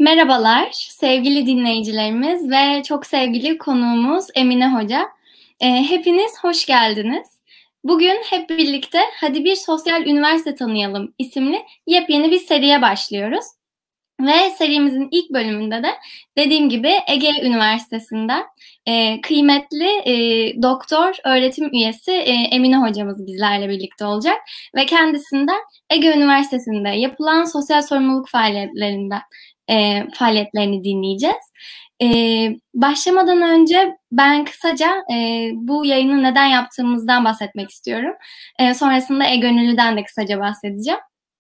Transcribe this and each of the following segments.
Merhabalar sevgili dinleyicilerimiz ve çok sevgili konuğumuz Emine Hoca. Hepiniz hoş geldiniz. Bugün hep birlikte "Hadi bir sosyal üniversite tanıyalım" isimli yepyeni bir seriye başlıyoruz. Ve serimizin ilk bölümünde de dediğim gibi Ege Üniversitesi'nden kıymetli doktor öğretim üyesi Emine hocamız bizlerle birlikte olacak. Ve kendisinden Ege Üniversitesi'nde yapılan sosyal sorumluluk faaliyetlerini dinleyeceğiz. Başlamadan önce ben kısaca bu yayını neden yaptığımızdan bahsetmek istiyorum. Sonrasında E-Gönüllü'den de kısaca bahsedeceğim.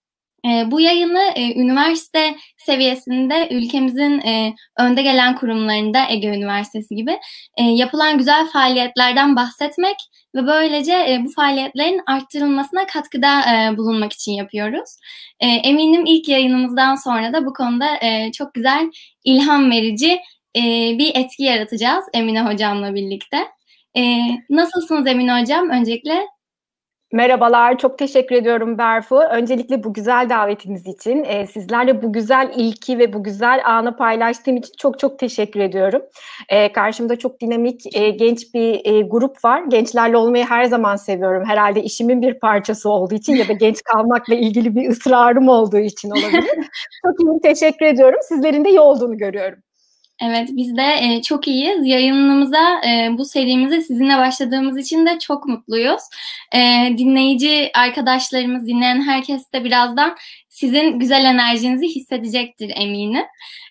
Bu yayını üniversite seviyesinde ülkemizin önde gelen kurumlarında Ege Üniversitesi gibi yapılan güzel faaliyetlerden bahsetmek ve böylece bu faaliyetlerin arttırılmasına katkıda bulunmak için yapıyoruz. Eminim ilk yayınımızdan sonra da bu konuda çok güzel, ilham verici bir etki yaratacağız Emine Hocam'la birlikte. Nasılsınız Emine Hocam? Öncelikle merhabalar, çok teşekkür ediyorum Berfu. Öncelikle bu güzel davetiniz için, sizlerle bu güzel ilki ve bu güzel anı paylaştığım için çok çok teşekkür ediyorum. Karşımda çok dinamik, genç bir grup var. Gençlerle olmayı her zaman seviyorum. Herhalde işimin bir parçası olduğu için ya da genç kalmakla ilgili bir ısrarım olduğu için olabilir. Çok iyi, teşekkür ediyorum. Sizlerin de iyi olduğunu görüyorum. Evet, biz de çok iyiyiz. Yayınımıza, bu serimize sizinle başladığımız için de çok mutluyuz. Dinleyici arkadaşlarımız, dinleyen herkes de birazdan sizin güzel enerjinizi hissedecektir eminim.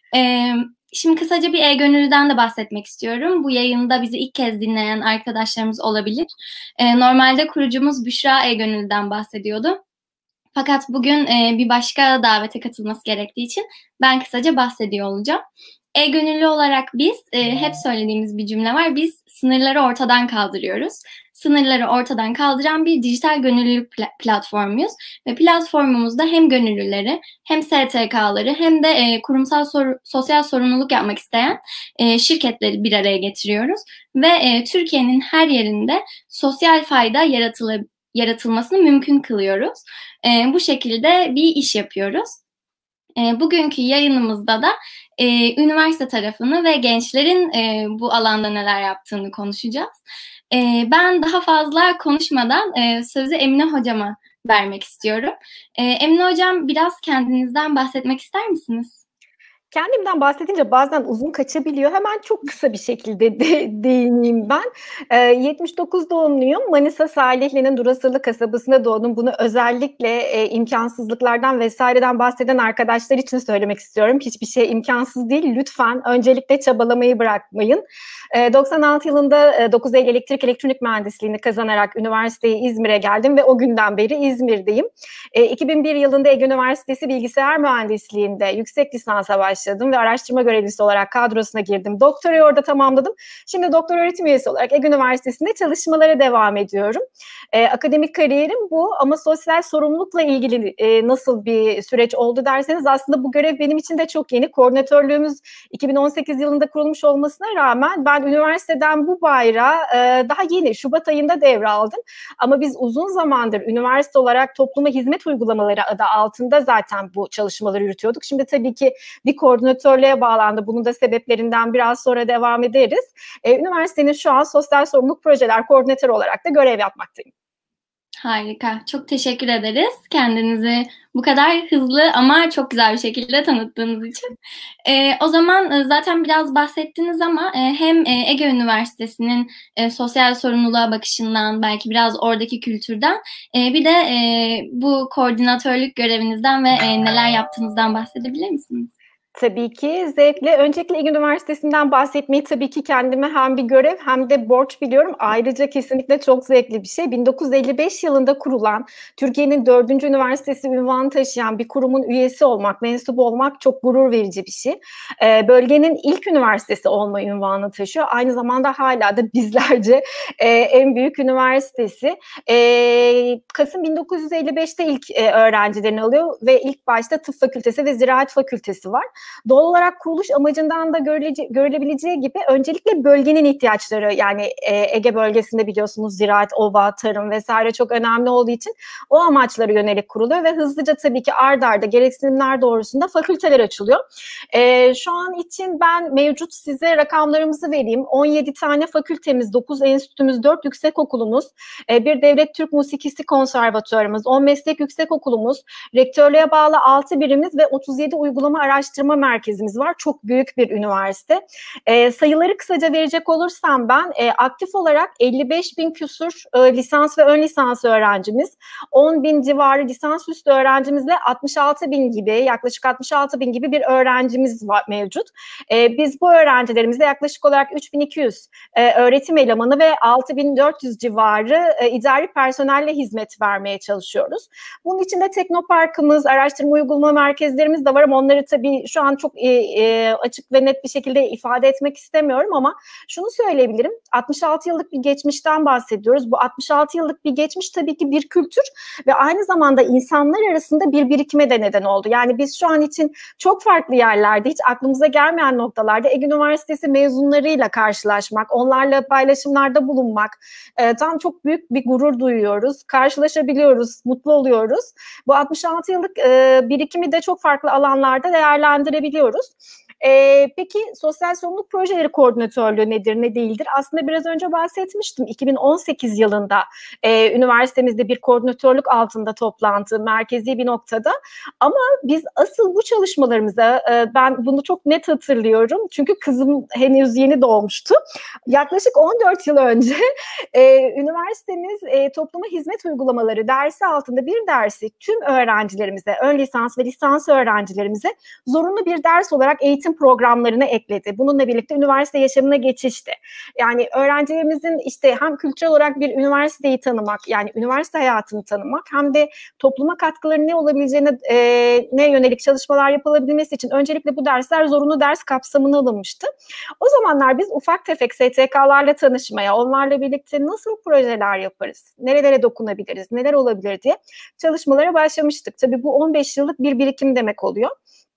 Şimdi kısaca bir E-Gönüllü'den de bahsetmek istiyorum. Bu yayında bizi ilk kez dinleyen arkadaşlarımız olabilir. Normalde kurucumuz Büşra E-Gönüllü'den bahsediyordu. Fakat bugün bir başka davete katılması gerektiği için ben kısaca bahsediyor olacağım. E-Gönüllü olarak biz, hep söylediğimiz bir cümle var, biz sınırları ortadan kaldırıyoruz. Sınırları ortadan kaldıran bir dijital gönüllülük platformuyuz. Ve platformumuzda hem gönüllüleri, hem STK'ları, hem de kurumsal sosyal sorumluluk yapmak isteyen şirketleri bir araya getiriyoruz. Ve Türkiye'nin her yerinde sosyal fayda yaratılmasını mümkün kılıyoruz. Bu şekilde bir iş yapıyoruz. Bugünkü yayınımızda da üniversite tarafını ve gençlerin bu alanda neler yaptığını konuşacağız. Ben daha fazla konuşmadan sözü Emine Hocam'a vermek istiyorum. Emine Hocam, biraz kendinizden bahsetmek ister misiniz? Kendimden bahsedince bazen uzun kaçabiliyor. Hemen çok kısa bir şekilde değineyim ben. 79 doğumluyum. Manisa Salihli'nin Durasırlı kasabasında doğdum. Bunu özellikle imkansızlıklardan vesaireden bahseden arkadaşlar için söylemek istiyorum. Hiçbir şey imkansız değil. Lütfen öncelikle çabalamayı bırakmayın. 96 yılında 9 Eylül Elektrik Elektronik Mühendisliğini kazanarak üniversiteye İzmir'e geldim ve o günden beri İzmir'deyim. 2001 yılında Ege Üniversitesi Bilgisayar Mühendisliği'nde yüksek lisansa başladım ve araştırma görevlisi olarak kadrosuna girdim. Doktorayı orada tamamladım. Şimdi doktor öğretim üyesi olarak Ege Üniversitesi'nde çalışmalara devam ediyorum. Akademik kariyerim bu ama sosyal sorumlulukla ilgili nasıl bir süreç oldu derseniz aslında bu görev benim için de çok yeni. Koordinatörlüğümüz 2018 yılında kurulmuş olmasına rağmen ben üniversiteden bu bayrağı daha yeni Şubat ayında devraldım. Ama biz uzun zamandır üniversite olarak topluma hizmet uygulamaları adı altında zaten bu çalışmaları yürütüyorduk. Şimdi tabii ki bir koordinatörlüğe bağlandı. Bunun da sebeplerinden biraz sonra devam ederiz. Üniversitenin şu an sosyal sorumluluk projeler koordinatörü olarak da görev yapmaktayım. Harika. Çok teşekkür ederiz kendinizi bu kadar hızlı ama çok güzel bir şekilde tanıttığınız için. O zaman zaten biraz bahsettiniz ama hem Ege Üniversitesi'nin sosyal sorumluluğa bakışından, belki biraz oradaki kültürden, bir de bu koordinatörlük görevinizden ve neler yaptığınızdan bahsedebilir misiniz? Tabii ki zevkle. Öncelikle Ege Üniversitesi'nden bahsetmeyi tabii ki kendime hem bir görev hem de borç biliyorum. Ayrıca kesinlikle çok zevkli bir şey. 1955 yılında kurulan, Türkiye'nin 4. üniversitesi unvanı taşıyan bir kurumun üyesi olmak, mensubu olmak çok gurur verici bir şey. Bölgenin ilk üniversitesi olma unvanı taşıyor. Aynı zamanda hala da bizlerce en büyük üniversitesi. Kasım 1955'te ilk öğrencilerini alıyor ve ilk başta tıp fakültesi ve ziraat fakültesi var. Doğal olarak kuruluş amacından da görülebileceği gibi öncelikle bölgenin ihtiyaçları, yani Ege bölgesinde biliyorsunuz ziraat, ova, tarım vesaire çok önemli olduğu için o amaçlara yönelik kuruluyor ve hızlıca tabii ki ard arda gereksinimler doğrusunda fakülteler açılıyor. Şu an için ben mevcut size rakamlarımızı vereyim. 17 tane fakültemiz, 9 enstitümüz, 4 yüksekokulumuz, bir devlet Türk Musikisi konservatuarımız, 10 meslek yüksekokulumuz, rektörlüğe bağlı 6 birimiz ve 37 uygulama araştırma merkezimiz var. Çok büyük bir üniversite. Sayıları kısaca verecek olursam ben aktif olarak 55 bin küsur lisans ve ön lisans öğrencimiz, 10 bin civarı lisansüstü öğrencimizle 66 bin gibi, yaklaşık 66 bin gibi bir öğrencimiz var, mevcut. Biz bu öğrencilerimizle yaklaşık olarak 3200 öğretim elemanı ve 6400 civarı idari personelle hizmet vermeye çalışıyoruz. Bunun içinde Teknoparkımız, araştırma uygulama merkezlerimiz de var ama onları tabii şu an çok açık ve net bir şekilde ifade etmek istemiyorum ama şunu söyleyebilirim. 66 yıllık bir geçmişten bahsediyoruz. Bu 66 yıllık bir geçmiş tabii ki bir kültür ve aynı zamanda insanlar arasında bir birikime de neden oldu. Yani biz şu an için çok farklı yerlerde, hiç aklımıza gelmeyen noktalarda Ege Üniversitesi mezunlarıyla karşılaşmak, onlarla paylaşımlarda bulunmak, tam çok büyük bir gurur duyuyoruz. Karşılaşabiliyoruz, mutlu oluyoruz. Bu 66 yıllık birikimi de çok farklı alanlarda değerlendirebiliyoruz. Peki sosyal sorumluluk projeleri koordinatörlüğü nedir, ne değildir? Aslında biraz önce bahsetmiştim. 2018 yılında üniversitemizde bir koordinatörlük altında toplantı, merkezi bir noktada. Ama biz asıl bu çalışmalarımıza, ben bunu çok net hatırlıyorum. Çünkü kızım henüz yeni doğmuştu. Yaklaşık 14 yıl önce üniversitemiz topluma hizmet uygulamaları dersi altında bir dersi tüm öğrencilerimize, ön lisans ve lisans öğrencilerimize zorunlu bir ders olarak eğitim programlarına ekledi. Bununla birlikte üniversite yaşamına geçişti. Yani öğrencilerimizin işte hem kültürel olarak bir üniversiteyi tanımak, yani üniversite hayatını tanımak, hem de topluma katkıları ne olabileceğine ne yönelik çalışmalar yapılabilmesi için öncelikle bu dersler zorunlu ders kapsamına alınmıştı. O zamanlar biz ufak tefek STK'larla tanışmaya, onlarla birlikte nasıl projeler yaparız, nerelere dokunabiliriz, neler olabilir diye çalışmalara başlamıştık. Tabii bu 15 yıllık bir birikim demek oluyor.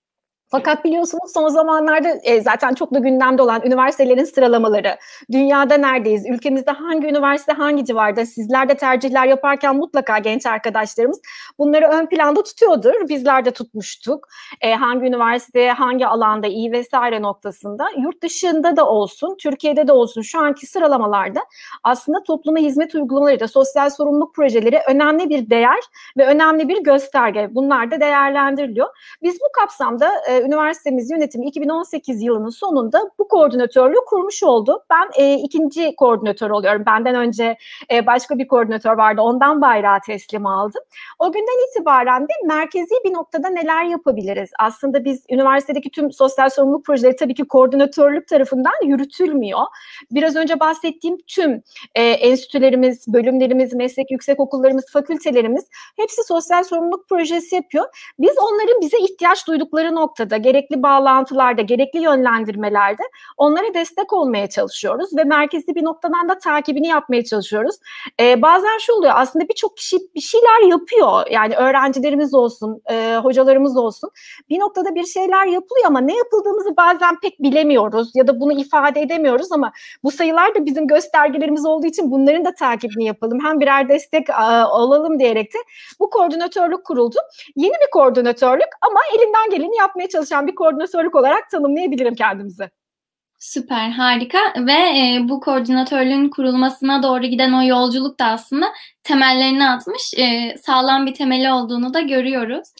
Fakat biliyorsunuz son zamanlarda zaten çok da gündemde olan üniversitelerin sıralamaları, dünyada neredeyiz, ülkemizde hangi üniversite hangi civarda, sizler de tercihler yaparken mutlaka genç arkadaşlarımız bunları ön planda tutuyordur. Bizler de tutmuştuk. Hangi üniversite, hangi alanda iyi vesaire noktasında. Yurt dışında da olsun, Türkiye'de de olsun şu anki sıralamalarda aslında topluma hizmet uygulamaları da sosyal sorumluluk projeleri önemli bir değer ve önemli bir gösterge. Bunlar da değerlendiriliyor. Biz bu kapsamda üniversitemiz yönetimi 2018 yılının sonunda bu koordinatörlüğü kurmuş oldu. Ben ikinci koordinatör oluyorum. Benden önce başka bir koordinatör vardı. Ondan bayrağı teslim aldım. O günden itibaren de merkezi bir noktada neler yapabiliriz? Aslında biz üniversitedeki tüm sosyal sorumluluk projeleri tabii ki koordinatörlük tarafından yürütülmüyor. Biraz önce bahsettiğim tüm enstitülerimiz, bölümlerimiz, meslek yüksekokullarımız, fakültelerimiz hepsi sosyal sorumluluk projesi yapıyor. Biz onların bize ihtiyaç duydukları noktada, gerekli bağlantılarda, gerekli yönlendirmelerde onlara destek olmaya çalışıyoruz ve merkezi bir noktadan da takibini yapmaya çalışıyoruz. Bazen şu oluyor, aslında birçok kişi bir şeyler yapıyor. Yani öğrencilerimiz olsun, hocalarımız olsun. Bir noktada bir şeyler yapılıyor ama ne yapıldığımızı bazen pek bilemiyoruz ya da bunu ifade edemiyoruz ama bu sayılar da bizim göstergelerimiz olduğu için bunların da takibini yapalım. Hem birer destek olalım diyerek de bu koordinatörlük kuruldu. Yeni bir koordinatörlük ama elinden geleni yapmaya çalışan bir koordinatörlük olarak tanımlayabilirim kendimizi. Süper, harika ve bu koordinatörlüğün kurulmasına doğru giden o yolculuk da aslında temellerini atmış, sağlam bir temeli olduğunu da görüyoruz.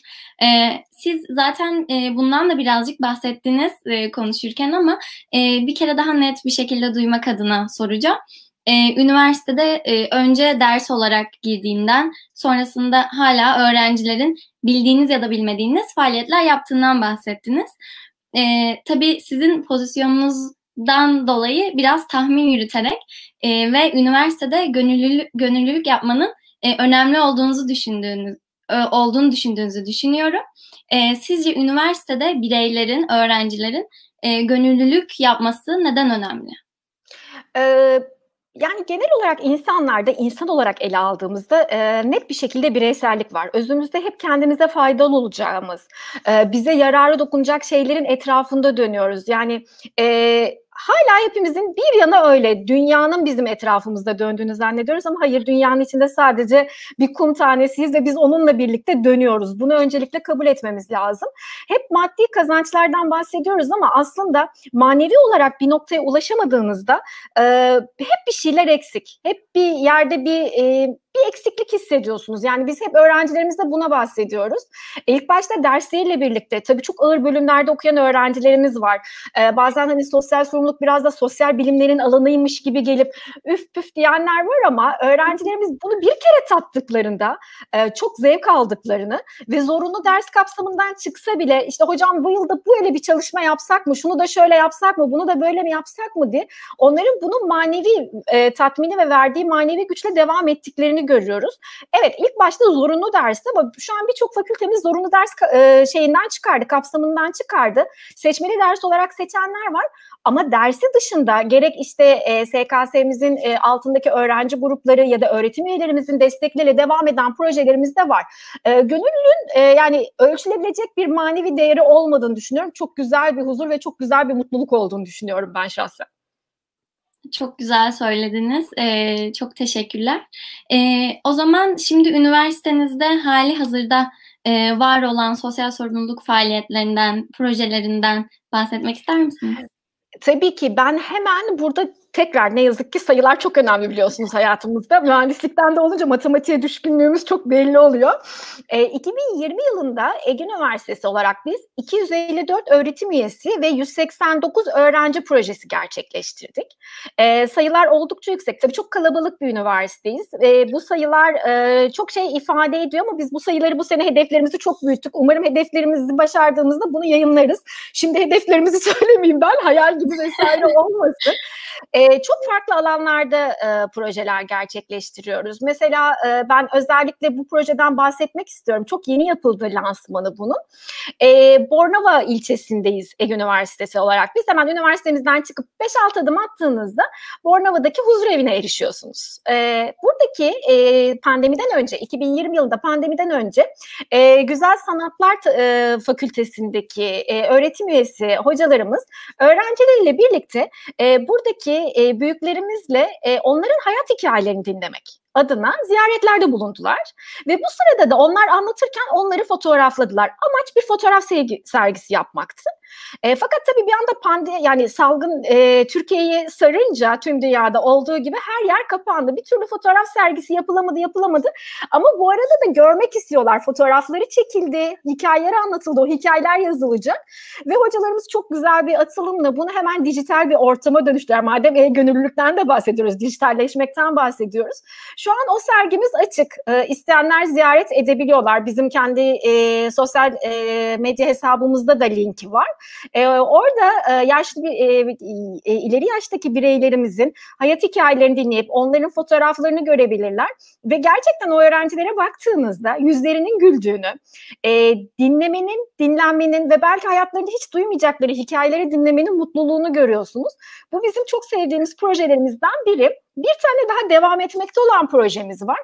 Siz zaten bundan da birazcık bahsettiniz konuşurken ama bir kere daha net bir şekilde duymak adına soracağım. Üniversitede önce ders olarak girdiğinden, sonrasında hala öğrencilerin bildiğiniz ya da bilmediğiniz faaliyetler yaptığından bahsettiniz. Tabii sizin pozisyonunuzdan dolayı biraz tahmin yürüterek ve üniversitede gönüllülük yapmanın önemli olduğunu düşündüğünüzü düşünüyorum. Sizce üniversitede bireylerin, öğrencilerin gönüllülük yapması neden önemli? Yani genel olarak insanlarda, insan olarak ele aldığımızda net bir şekilde bireysellik var. Özümüzde hep kendimize faydalı olacağımız, bize yararı dokunacak şeylerin etrafında dönüyoruz. Yani hala hepimizin bir yana öyle, dünyanın bizim etrafımızda döndüğünü zannediyoruz ama hayır, dünyanın içinde sadece bir kum tanesiyiz ve biz onunla birlikte dönüyoruz. Bunu öncelikle kabul etmemiz lazım. Hep maddi kazançlardan bahsediyoruz ama aslında manevi olarak bir noktaya ulaşamadığınızda hep bir şeyler eksik. Hep bir yerde bir eksiklik hissediyorsunuz. Yani biz hep öğrencilerimizle buna bahsediyoruz. İlk başta dersleriyle birlikte tabii çok ağır bölümlerde okuyan öğrencilerimiz var. Bazen hani sosyal sorumluluk biraz da sosyal bilimlerin alanıymış gibi gelip üf püf diyenler var ama öğrencilerimiz bunu bir kere tattıklarında çok zevk aldıklarını ve zorunlu ders kapsamından çıksa bile işte hocam bu yılda böyle bir çalışma yapsak mı, şunu da şöyle yapsak mı, bunu da böyle mi yapsak mı diye onların bunun manevi tatmini ve verdiği manevi güçle devam ettiklerini görüyoruz. Evet, ilk başta zorunlu dersti ama şu an birçok fakültemiz zorunlu ders şeyinden çıkardı, kapsamından çıkardı. Seçmeli ders olarak seçenler var ama dersi dışında gerek işte SKS'mizin altındaki öğrenci grupları ya da öğretim üyelerimizin destekleriyle devam eden projelerimiz de var. Gönüllünün yani ölçülebilecek bir manevi değeri olmadığını düşünüyorum. Çok güzel bir huzur ve çok güzel bir mutluluk olduğunu düşünüyorum ben şahsen. Çok güzel söylediniz. Çok teşekkürler. O zaman şimdi üniversitenizde hali hazırda var olan sosyal sorumluluk faaliyetlerinden, projelerinden bahsetmek ister misiniz? Tabii ki ben hemen burada tekrar ne yazık ki sayılar çok önemli biliyorsunuz hayatımızda. Mühendislikten de olunca matematiğe düşkünlüğümüz çok belli oluyor. 2020 yılında Ege Üniversitesi olarak biz 254 öğretim üyesi ve 189 öğrenci projesi gerçekleştirdik. Sayılar oldukça yüksek. Tabii çok kalabalık bir üniversiteyiz. Bu sayılar çok şey ifade ediyor ama biz bu sayıları bu sene hedeflerimizi çok büyüttük. Umarım hedeflerimizi başardığımızda bunu yayınlarız. Şimdi hedeflerimizi söylemeyeyim ben, hayal gibi vesaire olmasın. Çok farklı alanlarda projeler gerçekleştiriyoruz. Mesela ben özellikle bu projeden bahsetmek istiyorum. Çok yeni yapıldı lansmanı bunun. Bornova ilçesindeyiz Ege Üniversitesi olarak. Biz hemen üniversitemizden çıkıp 5-6 adım attığınızda Bornova'daki huzur evine erişiyorsunuz. Buradaki pandemiden önce, 2020 yılında pandemiden önce Güzel Sanatlar Fakültesindeki öğretim üyesi hocalarımız öğrencileriyle birlikte buradaki büyüklerimizle onların hayat hikayelerini dinlemek adına ziyaretlerde bulundular ve bu sırada da onlar anlatırken onları fotoğrafladılar. Amaç bir fotoğraf sergisi yapmaktı. Fakat tabii bir anda pandemi, yani salgın Türkiye'yi sarınca tüm dünyada olduğu gibi her yer kapandı. Bir türlü fotoğraf sergisi yapılamadı. Ama bu arada da görmek istiyorlar. Fotoğrafları çekildi, hikayeler anlatıldı, o hikayeler yazılacak ve hocalarımız çok güzel bir atılımla bunu hemen dijital bir ortama dönüştüler. Madem gönüllülükten de bahsediyoruz, dijitalleşmekten bahsediyoruz. Şu an o sergimiz açık. İsteyenler ziyaret edebiliyorlar. Bizim kendi sosyal medya hesabımızda da linki var. Orada yaşlı ileri yaştaki bireylerimizin hayat hikayelerini dinleyip onların fotoğraflarını görebilirler ve gerçekten o öğrencilere baktığınızda yüzlerinin güldüğünü, dinlemenin, dinlenmenin ve belki hayatlarında hiç duymayacakları hikayeleri dinlemenin mutluluğunu görüyorsunuz. Bu bizim çok sevdiğimiz projelerimizden biri. Bir tane daha devam etmekte olan projemiz var.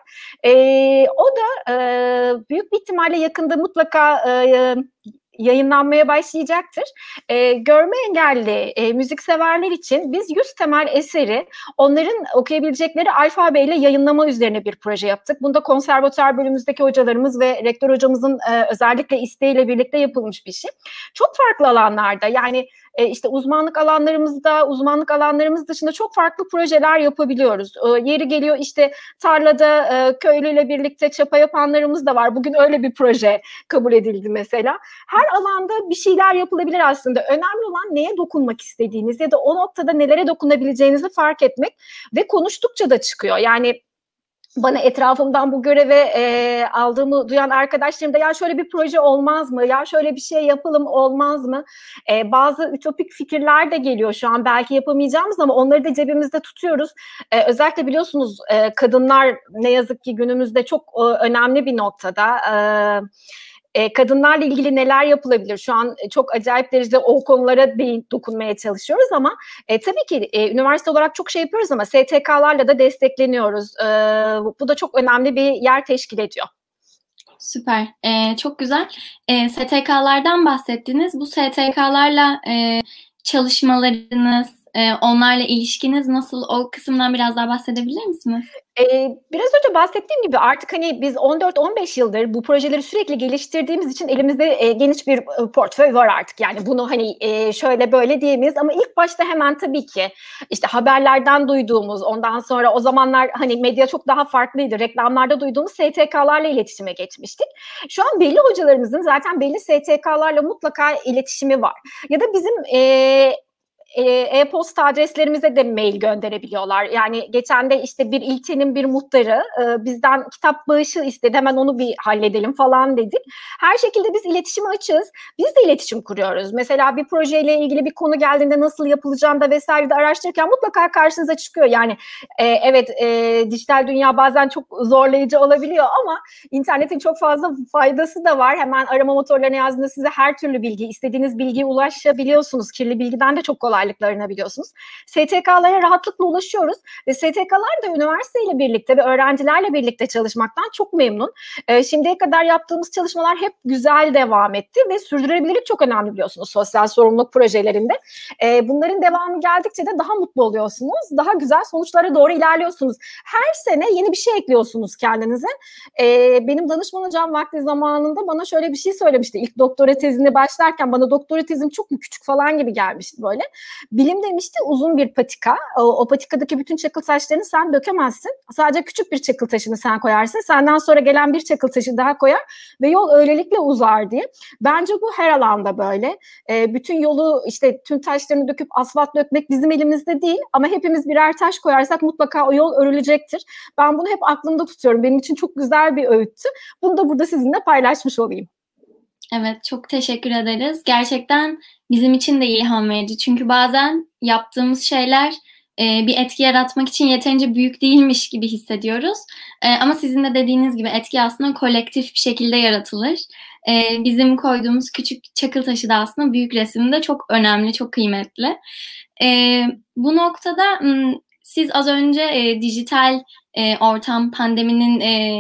O da büyük bir ihtimalle yakında mutlaka yayınlanmaya başlayacaktır. Görme engelli müzikseverler için biz 100 temel eseri onların okuyabilecekleri alfabeyle yayınlama üzerine bir proje yaptık. Bunda konservatuar bölümümüzdeki hocalarımız ve rektör hocamızın özellikle isteğiyle birlikte yapılmış bir şey. Çok farklı alanlarda, yani işte uzmanlık alanlarımız dışında çok farklı projeler yapabiliyoruz. Yeri geliyor işte tarlada köylüyle birlikte çapa yapanlarımız da var. Bugün öyle bir proje kabul edildi mesela. Her alanda bir şeyler yapılabilir aslında. Önemli olan neye dokunmak istediğiniz ya da o noktada nelere dokunabileceğinizi fark etmek ve konuştukça da çıkıyor. Yani bana etrafımdan bu göreve aldığımı duyan arkadaşlarım da ya şöyle bir proje olmaz mı? Ya şöyle bir şey yapalım olmaz mı? Bazı ütopik fikirler de geliyor şu an belki yapamayacağımız ama onları da cebimizde tutuyoruz. Özellikle biliyorsunuz kadınlar ne yazık ki günümüzde çok önemli bir noktada. kadınlarla ilgili neler yapılabilir? Şu an çok acayip derecede o konulara dokunmaya çalışıyoruz ama tabii ki üniversite olarak çok şey yapıyoruz ama STK'larla da destekleniyoruz. Bu da çok önemli bir yer teşkil ediyor. Süper. Çok güzel. STK'lardan bahsettiniz. Bu STK'larla çalışmalarınız, onlarla ilişkiniz nasıl? O kısımdan biraz daha bahsedebilir misiniz? Biraz önce bahsettiğim gibi artık hani biz 14-15 yıldır bu projeleri sürekli geliştirdiğimiz için elimizde geniş bir portföy var artık. Yani bunu hani şöyle böyle diyemeyiz ama ilk başta hemen tabii ki işte haberlerden duyduğumuz, ondan sonra o zamanlar hani medya çok daha farklıydı. Reklamlarda duyduğumuz STK'larla iletişime geçmiştik. Şu an belli hocalarımızın zaten belli STK'larla mutlaka iletişimi var. Ya da bizim e-posta adreslerimize de mail gönderebiliyorlar. Yani geçen de işte bir ilçenin bir muhtarı bizden kitap bağışı istedi. Hemen onu bir halledelim falan dedik. Her şekilde biz iletişime açığız. Biz de iletişim kuruyoruz. Mesela bir projeyle ilgili bir konu geldiğinde nasıl yapılacağını da vesaire de araştırırken mutlaka karşınıza çıkıyor. Yani evet dijital dünya bazen çok zorlayıcı olabiliyor ama internetin çok fazla faydası da var. Hemen arama motorlarına yazdığında size her türlü bilgi, istediğiniz bilgiye ulaşabiliyorsunuz. Kirli bilgiden de çok kolay biliyorsunuz. STK'lara rahatlıkla ulaşıyoruz ve STK'lar da üniversiteyle birlikte ve öğrencilerle birlikte çalışmaktan çok memnun. Şimdiye kadar yaptığımız çalışmalar hep güzel devam etti ve sürdürülebilirlik çok önemli biliyorsunuz sosyal sorumluluk projelerinde. Bunların devamı geldikçe de daha mutlu oluyorsunuz. Daha güzel sonuçlara doğru ilerliyorsunuz. Her sene yeni bir şey ekliyorsunuz kendinize. Benim danışman hocam vakti zamanında bana şöyle bir şey söylemişti. İlk doktora tezini başlarken bana doktora tezim çok mu küçük falan gibi gelmişti böyle. Bilim demişti uzun bir patika. O patikadaki bütün çakıl taşlarını sen dökemezsin. Sadece küçük bir çakıl taşını sen koyarsın. Senden sonra gelen bir çakıl taşı daha koyar ve yol öylelikle uzar diye. Bence bu her alanda böyle. Bütün yolu işte tüm taşlarını döküp asfalt dökmek bizim elimizde değil ama hepimiz birer taş koyarsak mutlaka o yol örülecektir. Ben bunu hep aklımda tutuyorum. Benim için çok güzel bir öğüttü. Bunu da burada sizinle paylaşmış olayım. Evet, çok teşekkür ederiz. Gerçekten bizim için de ilham verici. Çünkü bazen yaptığımız şeyler bir etki yaratmak için yeterince büyük değilmiş gibi hissediyoruz. Ama sizin de dediğiniz gibi etki aslında kolektif bir şekilde yaratılır. Bizim koyduğumuz küçük çakıl taşı da aslında büyük resimde çok önemli, çok kıymetli. Bu noktada siz az önce dijital ortam, pandeminin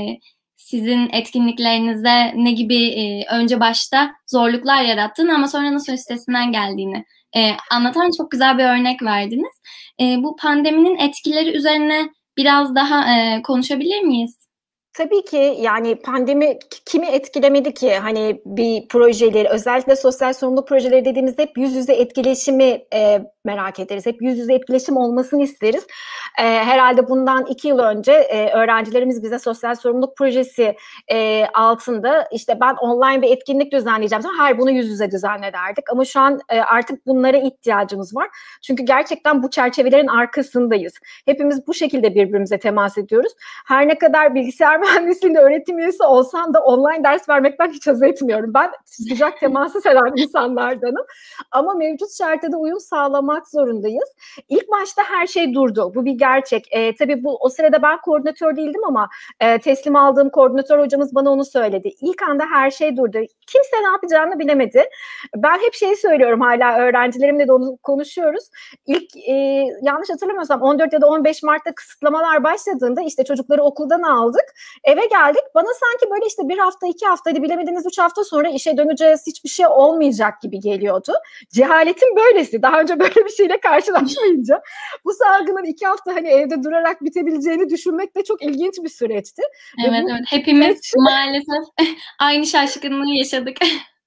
sizin etkinliklerinizde ne gibi önce başta zorluklar yarattığını ama sonra nasıl üstesinden geldiğini anlatan çok güzel bir örnek verdiniz. Bu pandeminin etkileri üzerine biraz daha konuşabilir miyiz? Tabii ki yani pandemi kimi etkilemedi ki? Hani bir projeleri, özellikle sosyal sorumluluk projeleri dediğimizde hep yüz yüze etkileşimi merak ederiz. Hep yüz yüze etkileşim olmasını isteriz. Herhalde bundan 2 yıl önce öğrencilerimiz bize sosyal sorumluluk projesi altında işte ben online bir etkinlik düzenleyeceğim. Hayır bunu yüz yüze düzenle derdik. Ama şu an artık bunlara ihtiyacımız var. Çünkü gerçekten bu çerçevelerin arkasındayız. Hepimiz bu şekilde birbirimize temas ediyoruz. Her ne kadar bilgisayar mühendisliğinde öğretim üyesi olsam da online ders vermekten hiç haz etmiyorum. Ben sıcak teması seven insanlardanım. Ama mevcut şartta da uyum sağlamak zorundayız. İlk başta her şey durdu. Bu bir gerçek. Tabii o sırada ben koordinatör değildim ama teslim aldığım koordinatör hocamız bana onu söyledi. İlk anda her şey durdu. Kimse ne yapacağını bilemedi. Ben hep söylüyorum hala öğrencilerimle de onu konuşuyoruz. İlk yanlış hatırlamıyorsam 14 ya da 15 Mart'ta kısıtlamalar başladığında işte çocukları okuldan aldık. Eve geldik. Bana sanki böyle işte 1 hafta, 2 hafta, hadi bilemediniz 3 hafta sonra işe döneceğiz. Hiçbir şey olmayacak gibi geliyordu. Cehaletin böylesi. Daha önce böyle bir şeyle karşılaşmayınca bu salgının 2 hafta hani evde durarak bitebileceğini düşünmek de çok ilginç bir süreçti. Evet, evet. Hepimiz maalesef aynı şaşkınlığı yaşadık.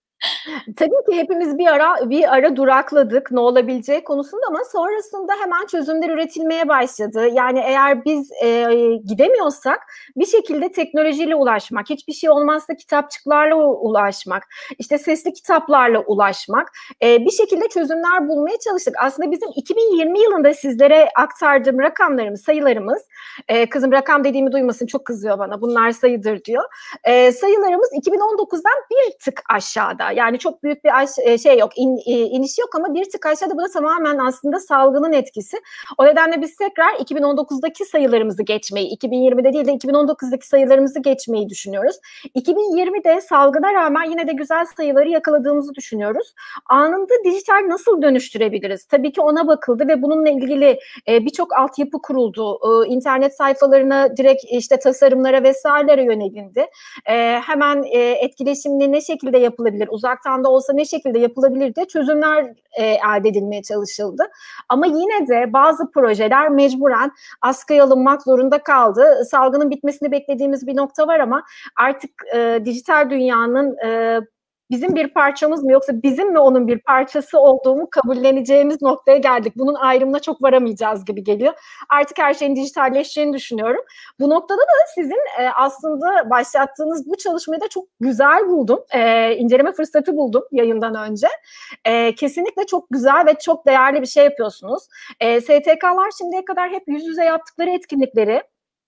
Tabii ki hepimiz bir ara durakladık ne olabileceği konusunda ama sonrasında hemen çözümler üretilmeye başladı. Yani eğer biz gidemiyorsak bir şekilde teknolojiyle ulaşmak, hiçbir şey olmazsa kitapçıklarla ulaşmak, işte sesli kitaplarla ulaşmak, bir şekilde çözümler bulmaya çalıştık. Aslında bizim 2020 yılında sizlere aktardığım rakamlarımız, sayılarımız, kızım rakam dediğimi duymasın çok kızıyor bana, bunlar sayıdır diyor. Sayılarımız 2019'dan bir tık aşağıda. aşağıda. Yani çok büyük bir şey yok, iniş yok ama bir tık aşağıda. Bu da tamamen aslında salgının etkisi. O nedenle biz tekrar 2019'daki sayılarımızı geçmeyi, 2020'de değil de 2019'daki sayılarımızı geçmeyi düşünüyoruz. 2020'de salgına rağmen yine de güzel sayıları yakaladığımızı düşünüyoruz. Anında dijital nasıl dönüştürebiliriz? Tabii ki ona bakıldı ve bununla ilgili birçok altyapı kuruldu. İnternet sayfalarına direkt işte tasarımlara vesairelere yönelindi. Hemen etkileşimli ne şekilde yapılabilir, uzaktan da olsa ne şekilde yapılabilir diye çözümler elde edilmeye çalışıldı. Ama yine de bazı projeler mecburen askıya alınmak zorunda kaldı. Salgının bitmesini beklediğimiz bir nokta var ama artık dijital dünyanın bizim bir parçamız mı yoksa bizim mi onun bir parçası olduğumu kabulleneceğimiz noktaya geldik. Bunun ayrımına çok varamayacağız gibi geliyor. Artık her şeyin dijitalleşeceğini düşünüyorum. Bu noktada da sizin aslında başlattığınız bu çalışmayı da çok güzel buldum. İnceleme fırsatı buldum yayından önce. Kesinlikle çok güzel ve çok değerli bir şey yapıyorsunuz. STK'lar şimdiye kadar hep yüz yüze yaptıkları etkinlikleri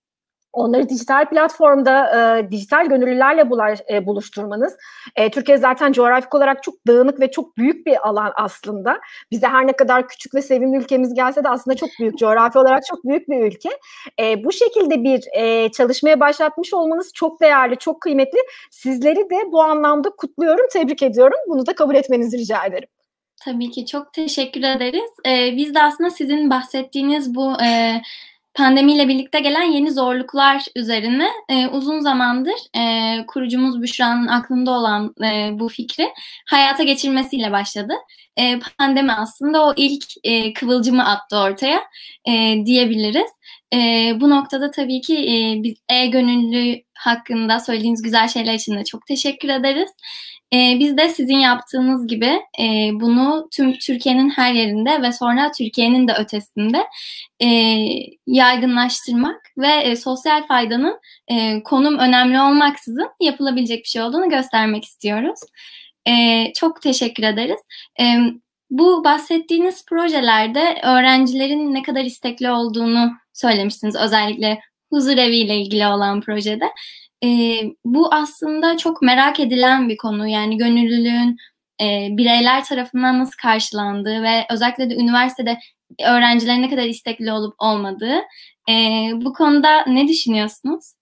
onları dijital platformda dijital gönüllülerle buluşturmanız. Türkiye zaten coğrafik olarak çok dağınık ve çok büyük bir alan aslında. Bize her ne kadar küçük ve sevimli ülkemiz gelse de aslında çok büyük, coğrafi olarak çok büyük bir ülke. Bu şekilde bir çalışmaya başlatmış olmanız çok değerli, çok kıymetli. Sizleri de bu anlamda kutluyorum, tebrik ediyorum. Bunu da kabul etmenizi rica ederim. Tabii ki çok teşekkür ederiz. Biz de aslında sizin bahsettiğiniz bu pandemiyle birlikte gelen yeni zorluklar üzerine uzun zamandır kurucumuz Büşra'nın aklında olan bu fikri hayata geçirmesiyle başladı. Pandemi aslında o ilk kıvılcımı attı ortaya diyebiliriz. Bu noktada tabii ki biz e-gönüllü hakkında söylediğiniz güzel şeyler için de çok teşekkür ederiz. Biz de sizin yaptığınız gibi bunu tüm Türkiye'nin her yerinde ve sonra Türkiye'nin de ötesinde yaygınlaştırmak ve sosyal faydanın konum önemli olmaksızın yapılabilecek bir şey olduğunu göstermek istiyoruz. Çok teşekkür ederiz. Bu bahsettiğiniz projelerde öğrencilerin ne kadar istekli olduğunu söylemiştiniz. Özellikle huzurevi ile ilgili olan projede. Bu aslında çok merak edilen bir konu. Yani gönüllülüğün bireyler tarafından nasıl karşılandığı ve özellikle de üniversitede öğrencilerin ne kadar istekli olup olmadığı. Bu konuda ne düşünüyorsunuz?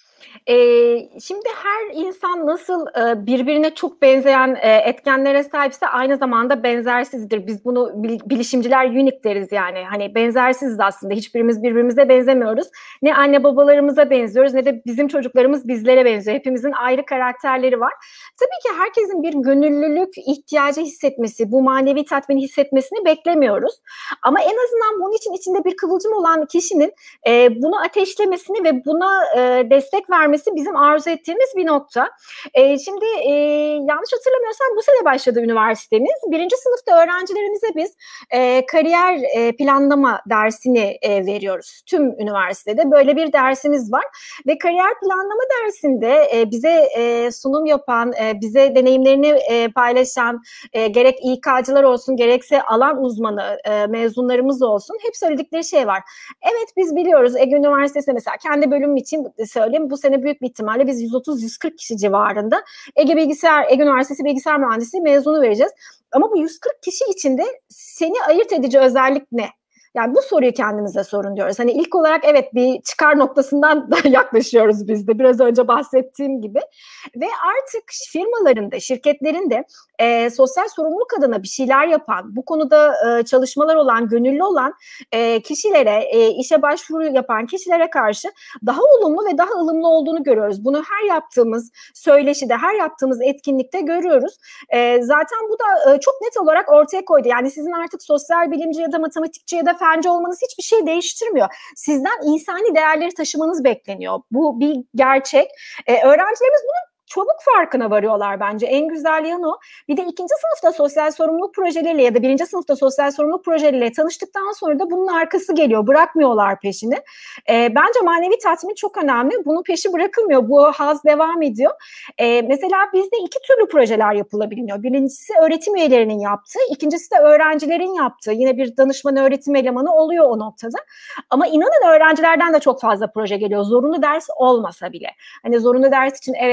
Şimdi her insan nasıl birbirine çok benzeyen etkenlere sahipse aynı zamanda benzersizdir. Biz bunu bilişimciler unique deriz yani. Hani benzersiziz aslında. Hiçbirimiz birbirimize benzemiyoruz. Ne anne babalarımıza benziyoruz ne de bizim çocuklarımız bizlere benziyor. Hepimizin ayrı karakterleri var. Tabii ki herkesin bir gönüllülük ihtiyacı hissetmesi, bu manevi tatmini hissetmesini beklemiyoruz. Ama en azından bunun için içinde bir kıvılcım olan kişinin bunu ateşlemesini ve buna destek vermesi bizim arzu ettiğimiz bir nokta. Şimdi yanlış hatırlamıyorsam bu sene başladı üniversitemiz. Birinci sınıfta öğrencilerimize biz kariyer planlama dersini veriyoruz. Tüm üniversitede böyle bir dersimiz var. Ve kariyer planlama dersinde bize sunum yapan, bize deneyimlerini paylaşan gerek İK'cılar olsun gerekse alan uzmanı mezunlarımız olsun hep söyledikleri şey var. Evet biz biliyoruz Ege Üniversitesi mesela kendi bölümüm için söyleyeyim bu sene büyük bir ihtimalle biz 130-140 kişi civarında Ege Üniversitesi Bilgisayar Mühendisliği mezunu vereceğiz. Ama bu 140 kişi içinde seni ayırt edici özellik ne? Yani bu soruyu kendimize sorun diyoruz. Hani ilk olarak evet bir çıkar noktasından da yaklaşıyoruz biz de biraz önce bahsettiğim gibi. Ve artık firmaların da şirketlerin de sosyal sorumluluk adına bir şeyler yapan, bu konuda çalışmalar olan, gönüllü olan kişilere, işe başvuru yapan kişilere karşı daha olumlu ve daha ılımlı olduğunu görüyoruz. Bunu her yaptığımız söyleşide, her yaptığımız etkinlikte görüyoruz. Zaten bu da çok net olarak ortaya koydu. Yani sizin artık sosyal bilimci ya da matematikçi ya da fence olmanız hiçbir şey değiştirmiyor. Sizden insani değerleri taşımanız bekleniyor. Bu bir gerçek. Öğrencilerimiz bunun çabuk farkına varıyorlar bence. En güzel yanı o. Bir de ikinci sınıfta sosyal sorumluluk projeleriyle ya da birinci sınıfta sosyal sorumluluk projeleriyle tanıştıktan sonra da bunun arkası geliyor. Bırakmıyorlar peşini. Bence manevi tatmin çok önemli. Bunun peşi bırakılmıyor. Bu haz devam ediyor. Mesela bizde iki türlü projeler yapılabiliyor. Birincisi öğretim üyelerinin yaptığı, ikincisi de öğrencilerin yaptığı. Yine bir danışman öğretim elemanı oluyor o noktada. Ama inanın öğrencilerden de çok fazla proje geliyor. Zorunlu ders olmasa bile. Hani zorunlu ders için evet geliyor.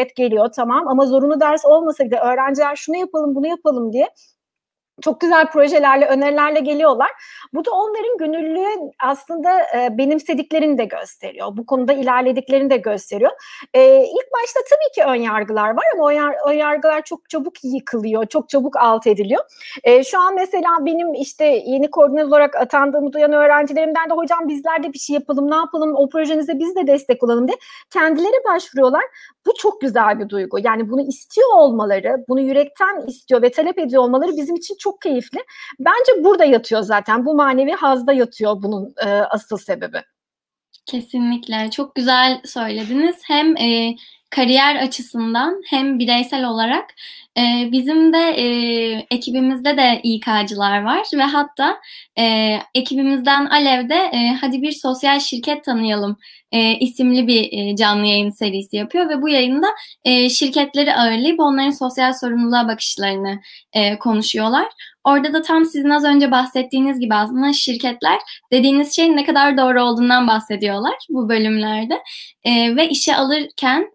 oluyor, tamam, ama zorunlu ders olmasa bile öğrenciler şunu yapalım, bunu yapalım diye çok güzel projelerle, önerilerle geliyorlar. Bu da onların gönüllülüğü aslında benimsediklerini de gösteriyor. Bu konuda ilerlediklerini de gösteriyor. İlk başta tabii ki ön yargılar var ama ön yargılar çok çabuk yıkılıyor, çok çabuk alt ediliyor. Şu an mesela benim işte yeni koordinatör olarak atandığımı duyan öğrencilerimden de hocam bizler de bir şey yapalım, ne yapalım, o projenize biz de destek olalım diye kendileri başvuruyorlar. Bu çok güzel bir duygu. Yani bunu istiyor olmaları, bunu yürekten istiyor ve talep ediyor olmaları bizim için çok keyifli. Bence burada yatıyor zaten. Bu manevi hazda yatıyor bunun asıl sebebi. Kesinlikle. Çok güzel söylediniz. Hem kariyer açısından hem bireysel olarak bizim de ekibimizde de İK'cılar var ve hatta ekibimizden Alev de hadi bir sosyal şirket tanıyalım isimli bir canlı yayın serisi yapıyor ve bu yayında şirketleri ağırlayıp onların sosyal sorumluluğa bakışlarını konuşuyorlar. Orada da tam sizin az önce bahsettiğiniz gibi aslında şirketler dediğiniz şeyin ne kadar doğru olduğundan bahsediyorlar bu bölümlerde. Ve işe alırken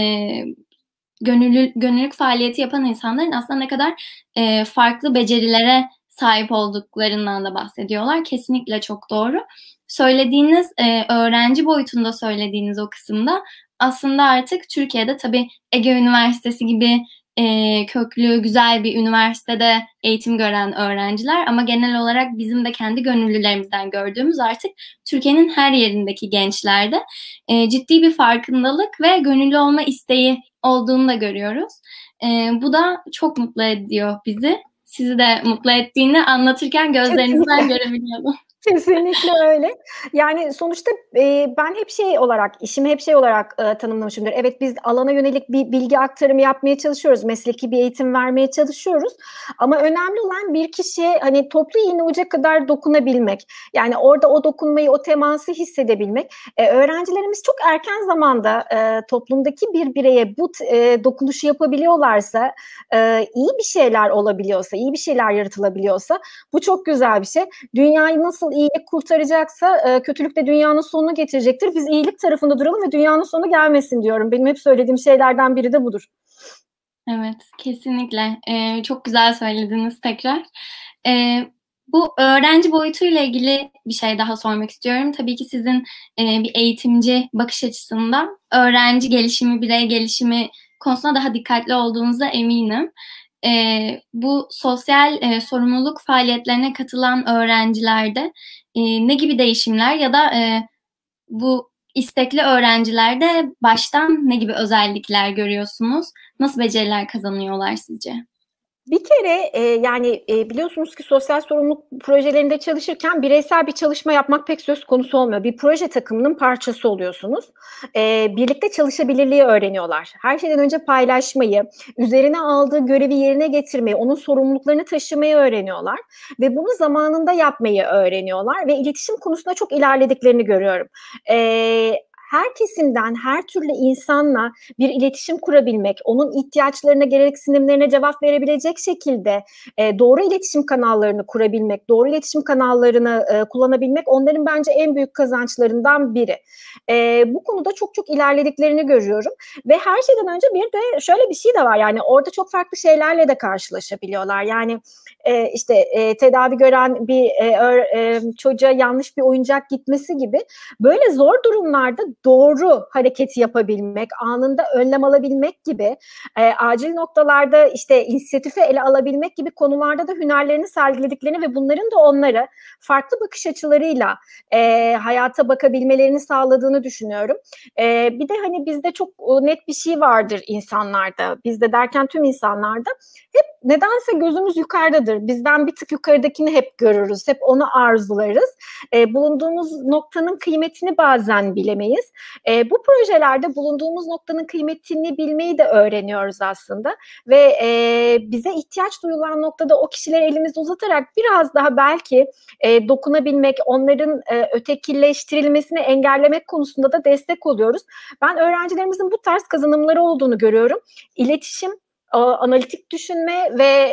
gönüllülük faaliyeti yapan insanların aslında ne kadar farklı becerilere sahip olduklarından da bahsediyorlar. Kesinlikle çok doğru. Söylediğiniz öğrenci boyutunda söylediğiniz o kısımda aslında artık Türkiye'de tabii Ege Üniversitesi gibi köklü, güzel bir üniversitede eğitim gören öğrenciler ama genel olarak bizim de kendi gönüllülerimizden gördüğümüz artık Türkiye'nin her yerindeki gençlerde ciddi bir farkındalık ve gönüllü olma isteği olduğunu da görüyoruz. Bu da çok mutlu ediyor bizi. Sizi de mutlu ettiğini anlatırken gözlerinizden görebiliyordum. Kesinlikle öyle. Yani sonuçta ben hep şey olarak, işimi hep şey olarak tanımlamışımdır. Evet, biz alana yönelik bir bilgi aktarımı yapmaya çalışıyoruz. Mesleki bir eğitim vermeye çalışıyoruz. Ama önemli olan bir kişiye hani toplu iğne uca kadar dokunabilmek. Yani orada o dokunmayı, o teması hissedebilmek. Öğrencilerimiz çok erken zamanda toplumdaki bir bireye bu dokunuşu yapabiliyorlarsa, iyi bir şeyler olabiliyorsa, iyi bir şeyler yaratılabiliyorsa bu çok güzel bir şey. Dünyayı nasıl iyilik kurtaracaksa kötülük de dünyanın sonunu getirecektir. Biz iyilik tarafında duralım ve dünyanın sonu gelmesin diyorum. Benim hep söylediğim şeylerden biri de budur. Evet, kesinlikle. Çok güzel söylediniz tekrar. Bu öğrenci boyutuyla ilgili bir şey daha sormak istiyorum. Tabii ki sizin bir eğitimci bakış açısından öğrenci gelişimi, birey gelişimi konusunda daha dikkatli olduğunuza eminim. Bu sosyal sorumluluk faaliyetlerine katılan öğrencilerde ne gibi değişimler ya da bu istekli öğrencilerde baştan ne gibi özellikler görüyorsunuz? Nasıl beceriler kazanıyorlar sizce? Bir kere yani biliyorsunuz ki sosyal sorumluluk projelerinde çalışırken bireysel bir çalışma yapmak pek söz konusu olmuyor. Bir proje takımının parçası oluyorsunuz. Birlikte çalışabilirliği öğreniyorlar. Her şeyden önce paylaşmayı, üzerine aldığı görevi yerine getirmeyi, onun sorumluluklarını taşımayı öğreniyorlar. Ve bunu zamanında yapmayı öğreniyorlar ve iletişim konusunda çok ilerlediklerini görüyorum. Her kesimden, her türlü insanla bir iletişim kurabilmek, onun ihtiyaçlarına, gereksinimlerine cevap verebilecek şekilde doğru iletişim kanallarını kurabilmek, doğru iletişim kanallarını kullanabilmek onların bence en büyük kazançlarından biri. Bu konuda çok çok ilerlediklerini görüyorum ve her şeyden önce bir de şöyle bir şey de var, yani orada çok farklı şeylerle de karşılaşabiliyorlar. Yani işte tedavi gören bir çocuğa yanlış bir oyuncak gitmesi gibi böyle zor durumlarda doğru hareketi yapabilmek, anında önlem alabilmek gibi, acil noktalarda işte inisiyatifi ele alabilmek gibi konularda da hünerlerini sergilediklerini ve bunların da onları farklı bakış açılarıyla hayata bakabilmelerini sağladığını düşünüyorum. Bir de hani bizde çok net bir şey vardır insanlarda, bizde derken tüm insanlarda, hep nedense gözümüz yukarıdadır. Bizden bir tık yukarıdakini hep görürüz, hep onu arzularız. Bulunduğumuz noktanın kıymetini bazen bilemeyiz. Bu projelerde bulunduğumuz noktanın kıymetini bilmeyi de öğreniyoruz aslında ve bize ihtiyaç duyulan noktada o kişileri elimizi uzatarak biraz daha belki dokunabilmek, onların ötekileştirilmesini engellemek konusunda da destek oluyoruz. Ben öğrencilerimizin bu tarz kazanımları olduğunu görüyorum. İletişim, analitik düşünme ve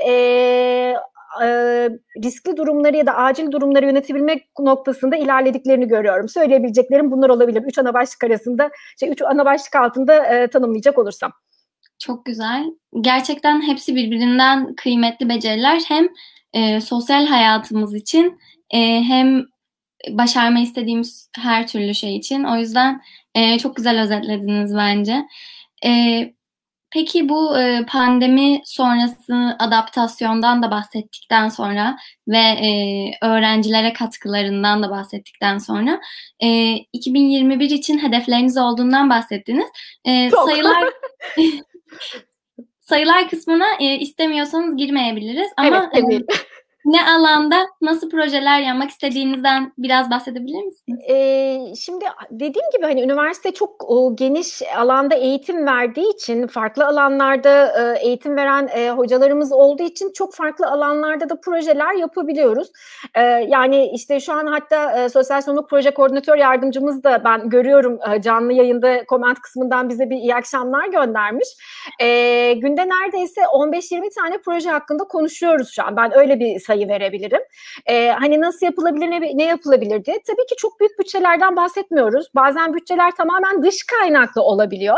riskli durumları ya da acil durumları yönetebilmek noktasında ilerlediklerini görüyorum. Söyleyebileceklerim bunlar olabilir. Üç ana başlık altında tanımlayacak olursam. Çok güzel. Gerçekten hepsi birbirinden kıymetli beceriler. Hem sosyal hayatımız için hem başarma istediğimiz her türlü şey için. O yüzden çok güzel özetlediniz bence. E, peki bu pandemi sonrası adaptasyondan da bahsettikten sonra ve öğrencilere katkılarından da bahsettikten sonra 2021 için hedefleriniz olduğundan bahsettiniz. Çok. Sayılar kısmına istemiyorsanız girmeyebiliriz Evet, ama değil. ne alanda nasıl projeler yapmak istediğinizden biraz bahsedebilir misiniz? Şimdi dediğim gibi hani üniversite çok geniş alanda eğitim verdiği için farklı alanlarda eğitim veren hocalarımız olduğu için çok farklı alanlarda da projeler yapabiliyoruz. Yani işte şu an hatta sosyal sorumluluk proje koordinatör yardımcımız da ben görüyorum canlı yayında koment kısmından bize bir iyi akşamlar göndermiş. Günde neredeyse 15-20 tane proje hakkında konuşuyoruz şu an. Ben öyle bir sayı verebilirim. Hani nasıl yapılabilir, ne yapılabilir diye. Tabii ki çok büyük bütçelerden bahsetmiyoruz. Bazen bütçeler tamamen dış kaynaklı olabiliyor.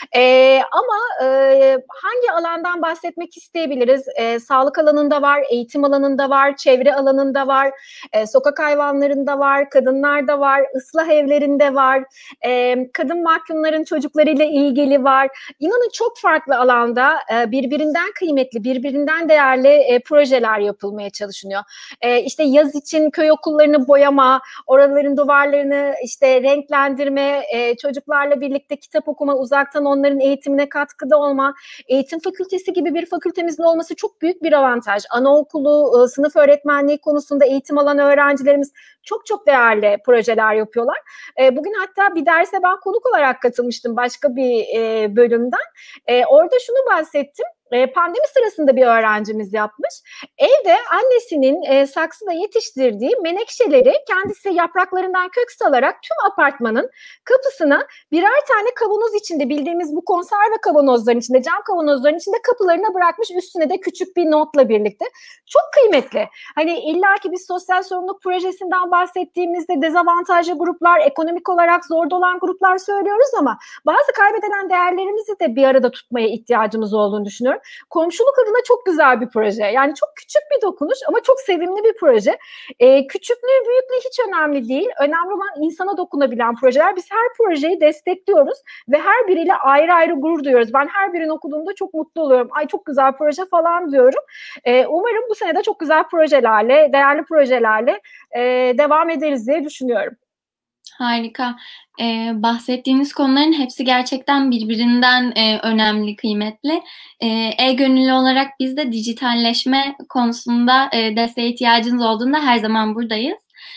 Ama hangi alandan bahsetmek isteyebiliriz? Sağlık alanında var, eğitim alanında var, çevre alanında var, sokak hayvanlarında var, kadınlarda var, ıslah evlerinde var, kadın mahkumların çocuklarıyla ilgili var. İnanın çok farklı alanda birbirinden kıymetli, birbirinden değerli projeler yapılmaya çalışılıyor. İşte yaz için köy okullarını boyama, oraların duvarlarını işte renklendirme, çocuklarla birlikte kitap okuma, uzaktan onların eğitimine katkıda olma, eğitim fakültesi gibi bir fakültemizin olması çok büyük bir avantaj. Anaokulu, sınıf öğretmenliği konusunda eğitim alan öğrencilerimiz çok çok değerli projeler yapıyorlar. Bugün hatta bir derse ben konuk olarak katılmıştım başka bir bölümden. Orada şunu bahsettim. Pandemi sırasında bir öğrencimiz yapmış. Evde annesinin saksıda yetiştirdiği menekşeleri kendisi yapraklarından kök salarak tüm apartmanın kapısına birer tane kavanoz içinde, bildiğimiz bu konserve kavanozların içinde, cam kavanozların içinde kapılarına bırakmış, üstüne de küçük bir notla birlikte. Çok kıymetli. Hani illaki biz sosyal sorumluluk projesinden bahsettiğimizde dezavantajlı gruplar, ekonomik olarak zorda olan gruplar söylüyoruz ama bazı kaybedilen değerlerimizi de bir arada tutmaya ihtiyacımız olduğunu düşünüyorum. Komşuluk adına çok güzel bir proje. Yani çok küçük bir dokunuş ama çok sevimli bir proje. Küçüklüğü, büyüklüğü hiç önemli değil. Önemli olan insana dokunabilen projeler. Biz her projeyi destekliyoruz ve her biriyle ayrı ayrı gurur duyuyoruz. Ben her birini okuduğumda çok mutlu oluyorum. Ay çok güzel proje falan diyorum. Umarım bu sene de çok güzel projelerle, değerli projelerle devam ederiz diye düşünüyorum. Harika. Bahsettiğiniz konuların hepsi gerçekten birbirinden önemli, kıymetli. E-gönüllü olarak biz de dijitalleşme konusunda desteğe ihtiyacınız olduğunda her zaman buradayız.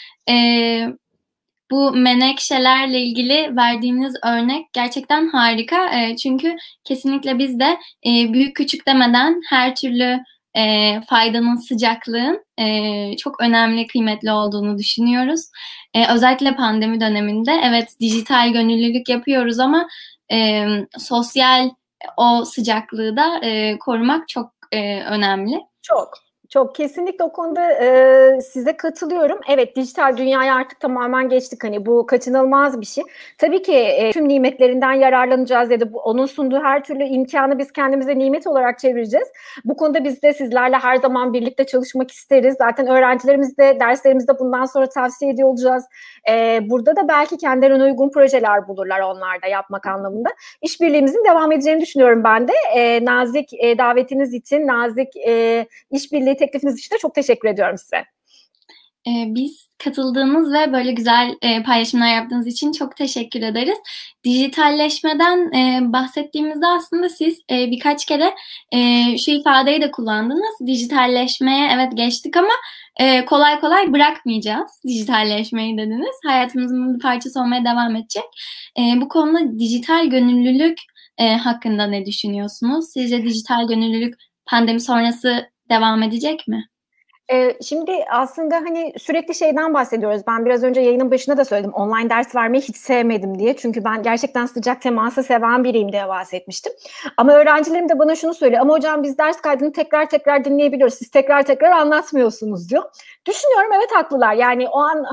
Bu menekşelerle ilgili verdiğiniz örnek gerçekten harika. Çünkü kesinlikle biz de büyük küçük demeden her türlü faydanın, sıcaklığın çok önemli, kıymetli olduğunu düşünüyoruz. Özellikle pandemi döneminde evet dijital gönüllülük yapıyoruz ama sosyal o sıcaklığı da korumak çok önemli. Çok kesinlikle o konuda size katılıyorum. Evet, dijital dünyaya artık tamamen geçtik. Hani bu kaçınılmaz bir şey. Tabii ki tüm nimetlerinden yararlanacağız ya da onun sunduğu her türlü imkanı biz kendimize nimet olarak çevireceğiz. Bu konuda biz de sizlerle her zaman birlikte çalışmak isteriz. Zaten öğrencilerimiz de derslerimizde bundan sonra tavsiye ediyor olacağız. Burada da belki kendilerine uygun projeler bulurlar onlar da yapmak anlamında. İşbirliğimizin devam edeceğini düşünüyorum ben de. Nazik davetiniz için, nazik işbirliği teklifiniz için de çok teşekkür ediyorum size. Biz katıldığınız ve böyle güzel paylaşımlar yaptığınız için çok teşekkür ederiz. Dijitalleşmeden bahsettiğimizde aslında siz birkaç kere şu ifadeyi de kullandınız. Dijitalleşmeye evet geçtik ama kolay kolay bırakmayacağız dijitalleşmeyi dediniz. Hayatımızın bir parçası olmaya devam edecek. Bu konuda dijital gönüllülük hakkında ne düşünüyorsunuz? Sizce dijital gönüllülük pandemi sonrası devam edecek mi? Şimdi aslında hani sürekli şeyden bahsediyoruz. Ben biraz önce yayının başında da söyledim. Online ders vermeyi hiç sevmedim diye. Çünkü ben gerçekten sıcak teması seven biriyim diye bahsetmiştim. Ama öğrencilerim de bana şunu söylüyor. Ama hocam biz ders kaydını tekrar tekrar dinleyebiliyoruz. Siz tekrar tekrar anlatmıyorsunuz diyor. Düşünüyorum evet haklılar. Yani o an hani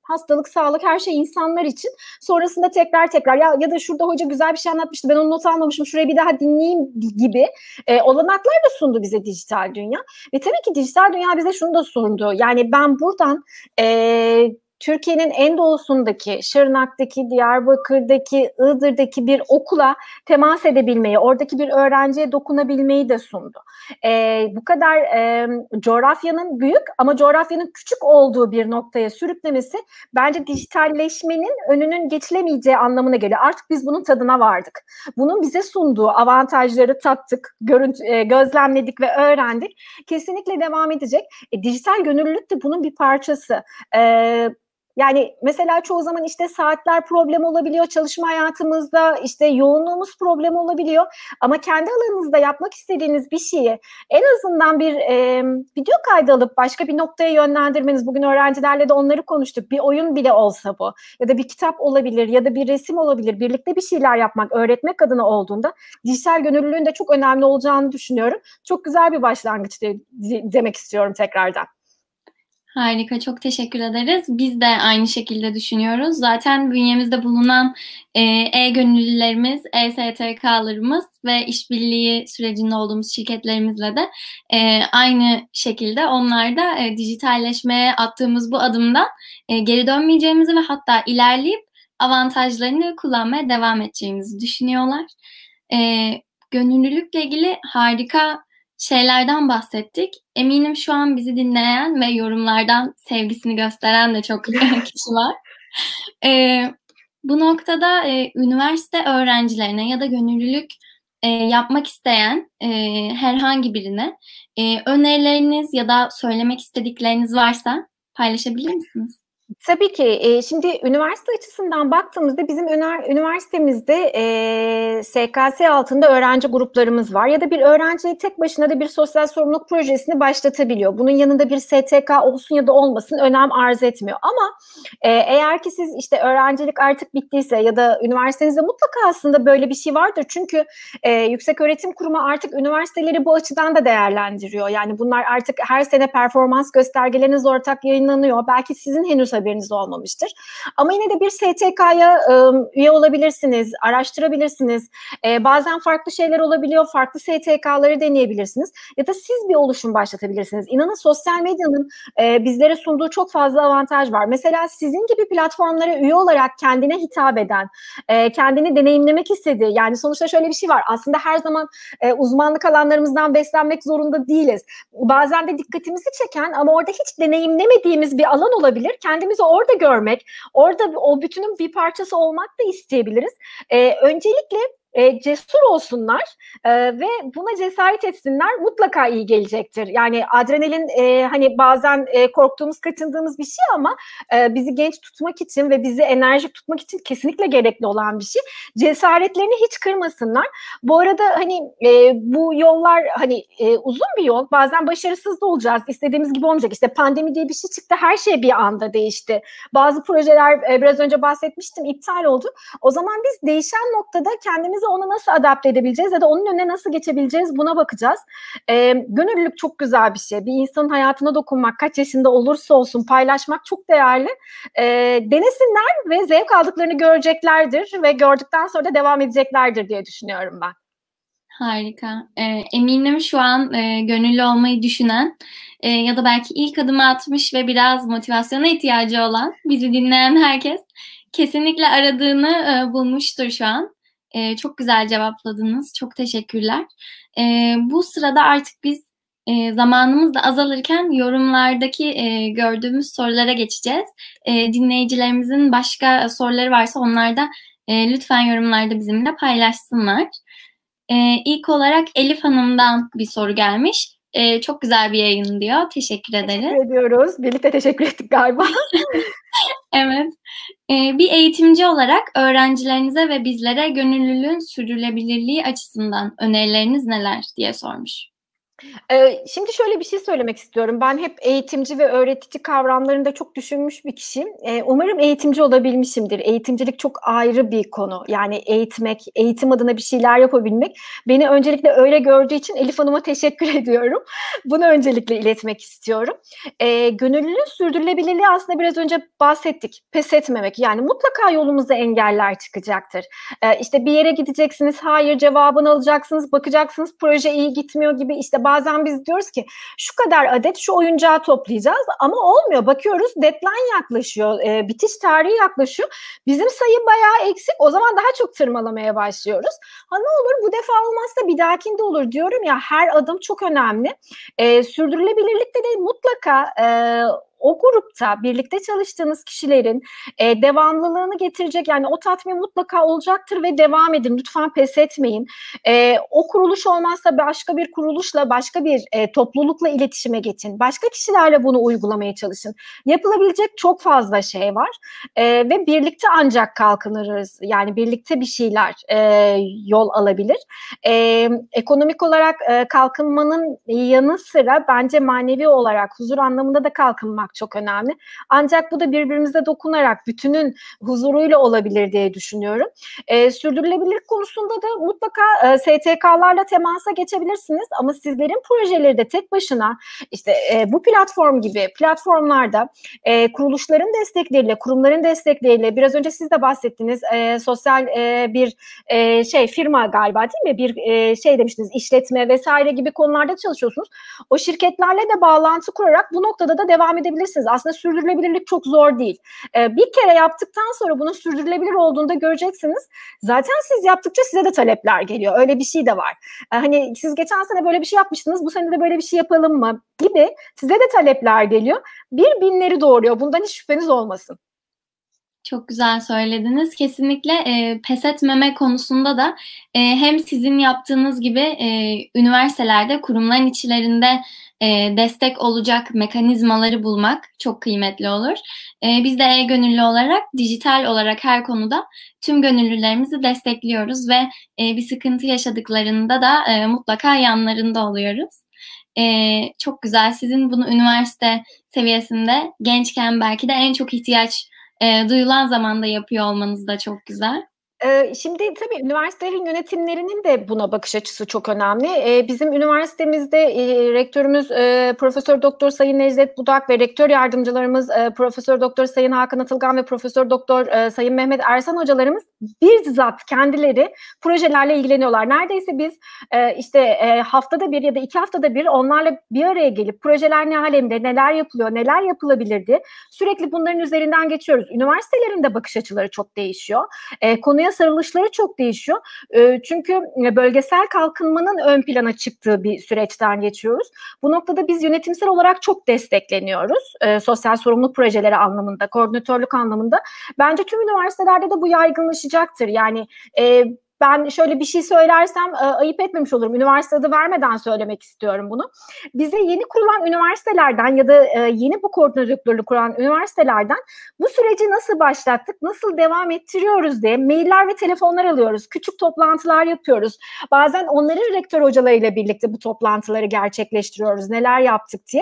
hastalık, sağlık, her şey insanlar için. Sonrasında tekrar ya da şurada hoca güzel bir şey anlatmıştı, ben onu not almamışım, şurayı bir daha dinleyeyim gibi olanaklar da sundu bize dijital dünya. Ve tabii ki dijital dünya bize şunu da sundu. Yani ben buradan Türkiye'nin en doğusundaki, Şırnak'taki, Diyarbakır'daki, Iğdır'daki bir okula temas edebilmeyi, oradaki bir öğrenciye dokunabilmeyi de sundu. Bu kadar coğrafyanın büyük ama coğrafyanın küçük olduğu bir noktaya sürüklemesi bence dijitalleşmenin önünün geçilemeyeceği anlamına geliyor. Artık biz bunun tadına vardık. Bunun bize sunduğu avantajları tattık, gözlemledik ve öğrendik. Kesinlikle devam edecek. Dijital gönüllülük de bunun bir parçası. Yani mesela çoğu zaman işte saatler problem olabiliyor çalışma hayatımızda, işte yoğunluğumuz problem olabiliyor ama kendi alanınızda yapmak istediğiniz bir şeyi en azından bir video kaydı alıp başka bir noktaya yönlendirmeniz, bugün öğrencilerle de onları konuştuk, bir oyun bile olsa bu ya da bir kitap olabilir ya da bir resim olabilir, birlikte bir şeyler yapmak, öğretmek adına olduğunda dijital gönüllülüğün de çok önemli olacağını düşünüyorum. Çok güzel bir başlangıç demek istiyorum tekrardan. Harika, çok teşekkür ederiz. Biz de aynı şekilde düşünüyoruz. Zaten bünyemizde bulunan e-gönüllülerimiz, e-STK'larımız ve işbirliği sürecinde olduğumuz şirketlerimizle de aynı şekilde onlar da dijitalleşmeye attığımız bu adımdan geri dönmeyeceğimizi ve hatta ilerleyip avantajlarını kullanmaya devam edeceğimizi düşünüyorlar. Gönüllülükle ilgili harika şeylerden bahsettik. Eminim şu an bizi dinleyen ve yorumlardan sevgisini gösteren de çok kişi var. Bu noktada üniversite öğrencilerine ya da gönüllülük yapmak isteyen herhangi birine önerileriniz ya da söylemek istedikleriniz varsa paylaşabilir misiniz? Tabii ki. Şimdi üniversite açısından baktığımızda bizim üniversitemizde SKS altında öğrenci gruplarımız var ya da bir öğrenci tek başına da bir sosyal sorumluluk projesini başlatabiliyor. Bunun yanında bir STK olsun ya da olmasın önem arz etmiyor. Ama eğer ki siz işte öğrencilik artık bittiyse ya da üniversitenizde mutlaka aslında böyle bir şey vardır. Çünkü Yükseköğretim Kurumu artık üniversiteleri bu açıdan da değerlendiriyor. Yani bunlar artık her sene performans göstergeleriniz ortak yayınlanıyor. Belki sizin henüz haberiniz olmamıştır. Ama yine de bir STK'ya üye olabilirsiniz, araştırabilirsiniz. Bazen farklı şeyler olabiliyor, farklı STK'ları deneyebilirsiniz. Ya da siz bir oluşum başlatabilirsiniz. İnanın sosyal medyanın bizlere sunduğu çok fazla avantaj var. Mesela sizin gibi platformlara üye olarak kendine hitap eden, kendini deneyimlemek istediği, yani sonuçta şöyle bir şey var. Aslında her zaman uzmanlık alanlarımızdan beslenmek zorunda değiliz. Bazen de dikkatimizi çeken ama orada hiç deneyimlemediğimiz bir alan olabilir. Kendimizi orada görmek, orada o bütünün bir parçası olmak da isteyebiliriz. Öncelikle cesur olsunlar ve buna cesaret etsinler, mutlaka iyi gelecektir. Yani adrenalin hani bazen korktuğumuz, kaçındığımız bir şey ama bizi genç tutmak için ve bizi enerjik tutmak için kesinlikle gerekli olan bir şey. Cesaretlerini hiç kırmasınlar. Bu arada hani bu yollar hani uzun bir yol. Bazen başarısız da olacağız. İstediğimiz gibi olmayacak. İşte pandemi diye bir şey çıktı. Her şey bir anda değişti. Bazı projeler biraz önce bahsetmiştim, iptal oldu. O zaman biz değişen noktada kendimizi ona nasıl adapte edebileceğiz ya da onun önüne nasıl geçebileceğiz, buna bakacağız. Gönüllülük çok güzel bir şey. Bir insanın hayatına dokunmak, kaç yaşında olursa olsun paylaşmak çok değerli. Denesinler ve zevk aldıklarını göreceklerdir ve gördükten sonra da devam edeceklerdir diye düşünüyorum ben. Harika. Eminim şu an gönüllü olmayı düşünen ya da belki ilk adımı atmış ve biraz motivasyona ihtiyacı olan, bizi dinleyen herkes kesinlikle aradığını bulmuştur şu an. Çok güzel cevapladınız. Çok teşekkürler. Bu sırada artık biz zamanımız da azalırken yorumlardaki gördüğümüz sorulara geçeceğiz. Dinleyicilerimizin başka soruları varsa onlar da lütfen yorumlarda bizimle paylaşsınlar. İlk olarak Elif Hanım'dan bir soru gelmiş. Çok güzel bir yayın diyor. Teşekkür ederiz. Teşekkür ediyoruz. Birlikte teşekkür ettik galiba. Evet. Bir eğitimci olarak öğrencilerinize ve bizlere gönüllülüğün sürdürülebilirliği açısından önerileriniz neler diye sormuş. Şimdi şöyle bir şey söylemek istiyorum. Ben hep eğitimci ve öğretici kavramlarında çok düşünmüş bir kişiyim. Umarım eğitimci olabilmişimdir. Eğitimcilik çok ayrı bir konu. Yani eğitmek, eğitim adına bir şeyler yapabilmek. Beni öncelikle öyle gördüğü için Elif Hanım'a teşekkür ediyorum. Bunu öncelikle iletmek istiyorum. Gönüllülüğün sürdürülebilirliği aslında biraz önce bahsettik. Pes etmemek. Yani mutlaka yolumuzda engeller çıkacaktır. İşte bir yere gideceksiniz, hayır cevabını alacaksınız, bakacaksınız proje iyi gitmiyor gibi. İşte bazen biz diyoruz ki şu kadar adet şu oyuncağı toplayacağız ama olmuyor. Bakıyoruz deadline yaklaşıyor, bitiş tarihi yaklaşıyor. Bizim sayı bayağı eksik. O zaman daha çok tırmalamaya başlıyoruz. Ha ne olur bu defa olmazsa bir dahakinde olur diyorum ya, her adım çok önemli. Sürdürülebilirlikte de mutlaka o grupta birlikte çalıştığınız kişilerin devamlılığını getirecek, yani o tatmin mutlaka olacaktır ve devam edin. Lütfen pes etmeyin. O kuruluş olmazsa başka bir kuruluşla, başka bir toplulukla iletişime geçin. Başka kişilerle bunu uygulamaya çalışın. Yapılabilecek çok fazla şey var ve birlikte ancak kalkınırız. Yani birlikte bir şeyler yol alabilir. Ekonomik olarak kalkınmanın yanı sıra bence manevi olarak huzur anlamında da kalkınmak çok önemli. Ancak bu da birbirimize dokunarak bütünün huzuruyla olabilir diye düşünüyorum. Sürdürülebilirlik konusunda da mutlaka STK'larla temasa geçebilirsiniz ama sizlerin projeleri de tek başına işte bu platform gibi platformlarda kuruluşların destekleriyle, kurumların destekleriyle, biraz önce siz de bahsettiniz, sosyal bir firma galiba değil mi? Bir şey demiştiniz, işletme vesaire gibi konularda çalışıyorsunuz. O şirketlerle de bağlantı kurarak bu noktada da devam edebilirsiniz. Aslında sürdürülebilirlik çok zor değil. Bir kere yaptıktan sonra bunun sürdürülebilir olduğunu da göreceksiniz. Zaten siz yaptıkça size de talepler geliyor. Öyle bir şey de var. Hani siz geçen sene böyle bir şey yapmıştınız, bu sene de böyle bir şey yapalım mı gibi size de talepler geliyor. Bir binleri doğuruyor. Bundan hiç şüpheniz olmasın. Çok güzel söylediniz. Kesinlikle pes etmeme konusunda da hem sizin yaptığınız gibi üniversitelerde, kurumların içlerinde destek olacak mekanizmaları bulmak çok kıymetli olur. Biz de e-gönüllü olarak, dijital olarak her konuda tüm gönüllülerimizi destekliyoruz ve bir sıkıntı yaşadıklarında da mutlaka yanlarında oluyoruz. Çok güzel. Sizin bunu üniversite seviyesinde gençken belki de en çok ihtiyaç duyulan zamanda yapıyor olmanız da çok güzel. Şimdi tabii üniversitelerin yönetimlerinin de buna bakış açısı çok önemli. Bizim üniversitemizde rektörümüz Profesör Doktor Sayın Necdet Budak ve rektör yardımcılarımız Profesör Doktor Sayın Hakan Atılgan ve Profesör Doktor Sayın Mehmet Ersan hocalarımız bizzat kendileri projelerle ilgileniyorlar. Neredeyse biz haftada bir ya da 2 haftada bir onlarla bir araya gelip projeler ne alemde, neler yapılıyor, neler yapılabilir diye sürekli bunların üzerinden geçiyoruz. Üniversitelerin de bakış açıları çok değişiyor. Konuya sarılışları çok değişiyor. Çünkü bölgesel kalkınmanın ön plana çıktığı bir süreçten geçiyoruz. Bu noktada biz yönetimsel olarak çok destekleniyoruz. Sosyal sorumluluk projeleri anlamında, koordinatörlük anlamında. Bence tüm üniversitelerde de bu yaygınlaşacaktır. Yani ben şöyle bir şey söylersem ayıp etmemiş olurum. Üniversite adı vermeden söylemek istiyorum bunu. Bize yeni kurulan üniversitelerden ya da yeni bu koordinatörlüğü kuran üniversitelerden bu süreci nasıl başlattık, nasıl devam ettiriyoruz diye mailler ve telefonlar alıyoruz. Küçük toplantılar yapıyoruz. Bazen onların rektör hocalarıyla birlikte bu toplantıları gerçekleştiriyoruz. Neler yaptık diye.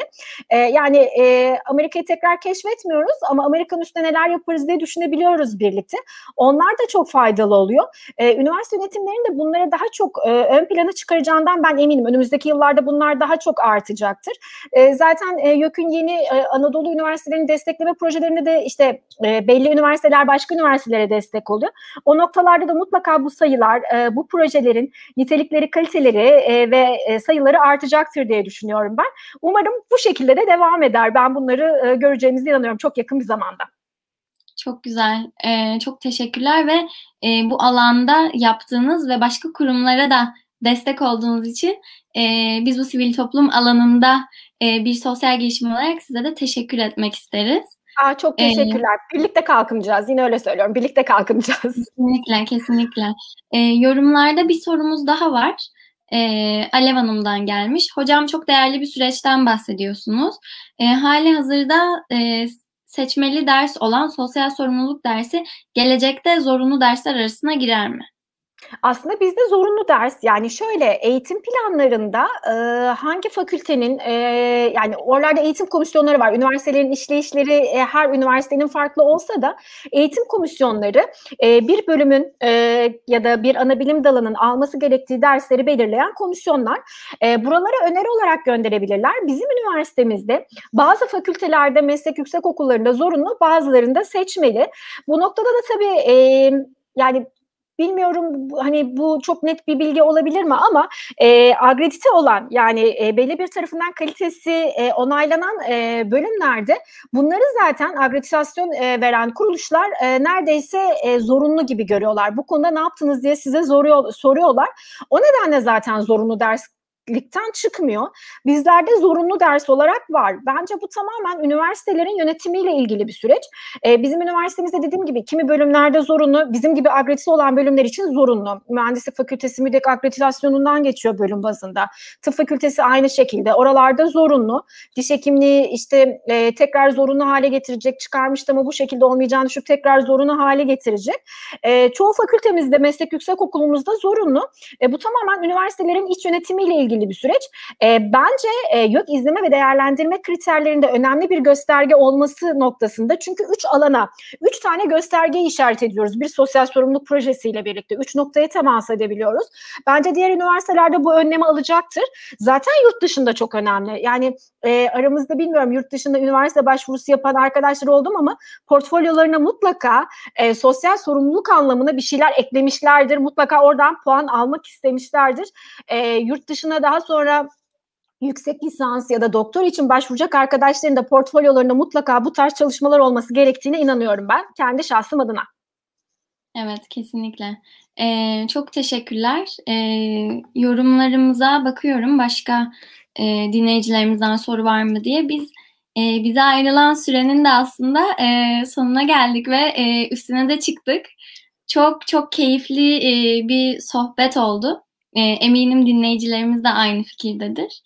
Amerika'yı tekrar keşfetmiyoruz ama Amerika'nın üstüne neler yaparız diye düşünebiliyoruz birlikte. Onlar da çok faydalı oluyor. Üniversite yönetimlerinin de bunları daha çok ön plana çıkaracağından ben eminim. Önümüzdeki yıllarda bunlar daha çok artacaktır. Zaten YÖK'ün yeni Anadolu Üniversitelerinin destekleme projelerinde de işte belli üniversiteler başka üniversitelere destek oluyor. O noktalarda da mutlaka bu sayılar, bu projelerin nitelikleri, kaliteleri ve sayıları artacaktır diye düşünüyorum ben. Umarım bu şekilde de devam eder. Ben bunları göreceğimize inanıyorum çok yakın bir zamanda. Çok güzel. Çok teşekkürler ve bu alanda yaptığınız ve başka kurumlara da destek olduğunuz için biz bu sivil toplum alanında bir sosyal girişim olarak size de teşekkür etmek isteriz. Çok teşekkürler. Birlikte kalkınacağız. Yine öyle söylüyorum. Birlikte kalkınacağız. Kesinlikle, kesinlikle. Yorumlarda bir sorumuz daha var. Alev Hanım'dan gelmiş. Hocam çok değerli bir süreçten bahsediyorsunuz. Hali hazırda seçmeli ders olan sosyal sorumluluk dersi gelecekte zorunlu dersler arasına girer mi? Aslında bizde zorunlu ders, yani şöyle, eğitim planlarında, hangi fakültenin, yani oralarda eğitim komisyonları var. Üniversitelerin işleyişleri, her üniversitenin farklı olsa da eğitim komisyonları, bir bölümün, ya da bir ana bilim dalının alması gerektiği dersleri belirleyen komisyonlar. Buralara öneri olarak gönderebilirler. Bizim üniversitemizde bazı fakültelerde, meslek yüksekokullarında zorunlu, bazılarında seçmeli. Bu noktada da tabii, yani bilmiyorum, hani bu çok net bir bilgi olabilir mi ama akredite olan, yani belli bir tarafından kalitesi onaylanan bölümlerde bunları zaten akreditasyon veren kuruluşlar neredeyse zorunlu gibi görüyorlar. Bu konuda ne yaptınız diye size soruyorlar. O nedenle zaten zorunlu derslikten çıkmıyor. Bizlerde zorunlu ders olarak var. Bence bu tamamen üniversitelerin yönetimiyle ilgili bir süreç. Bizim üniversitemizde dediğim gibi kimi bölümlerde zorunlu, bizim gibi akredite olan bölümler için zorunlu. Mühendislik fakültesi MÜDEK akreditasyonundan geçiyor bölüm bazında. Tıp fakültesi aynı şekilde. Oralarda zorunlu. Diş hekimliği işte tekrar zorunlu hale getirecek, çıkarmıştı ama bu şekilde olmayacağını düşünüp tekrar zorunlu hale getirecek. Çoğu fakültemizde, meslek yüksekokulumuzda zorunlu. Bu tamamen üniversitelerin iç yönetimiyle ilgili bir süreç. Bence YÖK izleme ve değerlendirme kriterlerinde önemli bir gösterge olması noktasında, çünkü 3 alana 3 tane göstergeyi işaret ediyoruz. Bir sosyal sorumluluk projesiyle birlikte 3 noktaya temas edebiliyoruz. Bence diğer üniversitelerde bu önlemi alacaktır. Zaten yurt dışında çok önemli. Yani aramızda bilmiyorum yurt dışında üniversite başvurusu yapan arkadaşlar oldu mu ama portfolyolarına mutlaka sosyal sorumluluk anlamına bir şeyler eklemişlerdir. Mutlaka oradan puan almak istemişlerdir. Yurt dışına daha sonra yüksek lisans ya da doktor için başvuracak arkadaşların da portfolyolarında mutlaka bu tarz çalışmalar olması gerektiğine inanıyorum ben kendi şahsım adına. Evet, kesinlikle. Çok teşekkürler. Yorumlarımıza bakıyorum. Başka dinleyicilerimizden soru var mı diye. Bize ayrılan sürenin de aslında sonuna geldik ve üstüne de çıktık. Çok çok keyifli bir sohbet oldu. Eminim dinleyicilerimiz de aynı fikirdedir.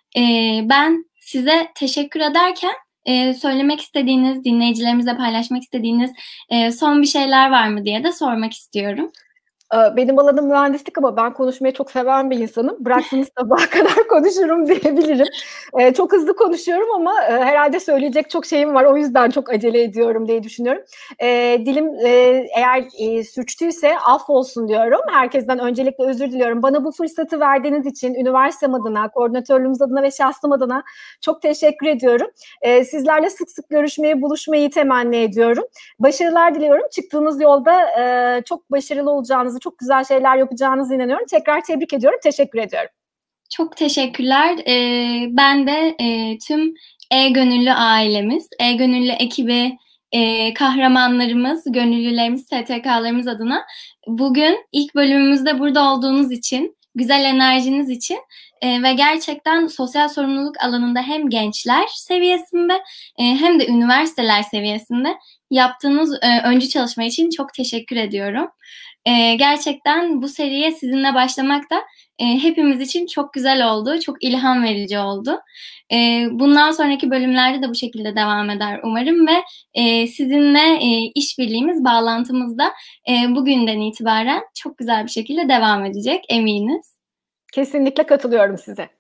Ben size teşekkür ederken söylemek istediğiniz, dinleyicilerimizle paylaşmak istediğiniz son bir şeyler var mı diye de sormak istiyorum. Benim alanım mühendislik ama ben konuşmayı çok seven bir insanım. Bıraktığınız sabaha kadar konuşurum diyebilirim. Çok hızlı konuşuyorum ama herhalde söyleyecek çok şeyim var. O yüzden çok acele ediyorum diye düşünüyorum. Dilim eğer sürçtüyse affolsun diyorum. Herkesten öncelikle özür diliyorum. Bana bu fırsatı verdiğiniz için üniversitem adına, koordinatörlüğümüz adına ve şahsım adına çok teşekkür ediyorum. Sizlerle sık sık görüşmeyi, buluşmayı temenni ediyorum. Başarılar diliyorum. Çıktığınız yolda çok başarılı olacağınızı, çok güzel şeyler yapacağınızı inanıyorum. Tekrar tebrik ediyorum. Teşekkür ediyorum. Çok teşekkürler. Ben de tüm E-Gönüllü ailemiz, E-Gönüllü ekibi, kahramanlarımız, gönüllülerimiz, STK'larımız adına bugün ilk bölümümüzde burada olduğunuz için, güzel enerjiniz için ve gerçekten sosyal sorumluluk alanında hem gençler seviyesinde hem de üniversiteler seviyesinde yaptığınız öncü çalışma için çok teşekkür ediyorum. Gerçekten bu seriye sizinle başlamak da hepimiz için çok güzel oldu, çok ilham verici oldu. Bundan sonraki bölümlerde de bu şekilde devam eder umarım ve sizinle işbirliğimiz, bağlantımız da bugünden itibaren çok güzel bir şekilde devam edecek, eminiz. Kesinlikle katılıyorum size.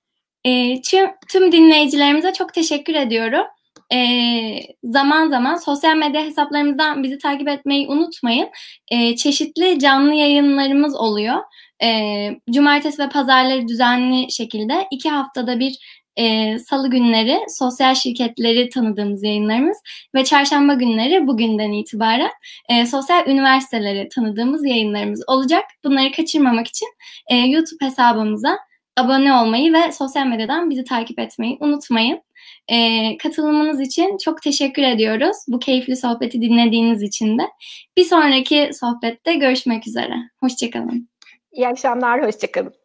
Tüm dinleyicilerimize çok teşekkür ediyorum. Zaman zaman sosyal medya hesaplarımızdan bizi takip etmeyi unutmayın. Çeşitli canlı yayınlarımız oluyor. Cumartesi ve pazarları düzenli şekilde 2 haftada bir salı günleri sosyal şirketleri tanıdığımız yayınlarımız ve çarşamba günleri bugünden itibaren sosyal üniversiteleri tanıdığımız yayınlarımız olacak. Bunları kaçırmamak için YouTube hesabımıza abone olmayı ve sosyal medyadan bizi takip etmeyi unutmayın. Katılımınız için çok teşekkür ediyoruz. Bu keyifli sohbeti dinlediğiniz için de. Bir sonraki sohbette görüşmek üzere. Hoşçakalın. İyi akşamlar, hoşçakalın.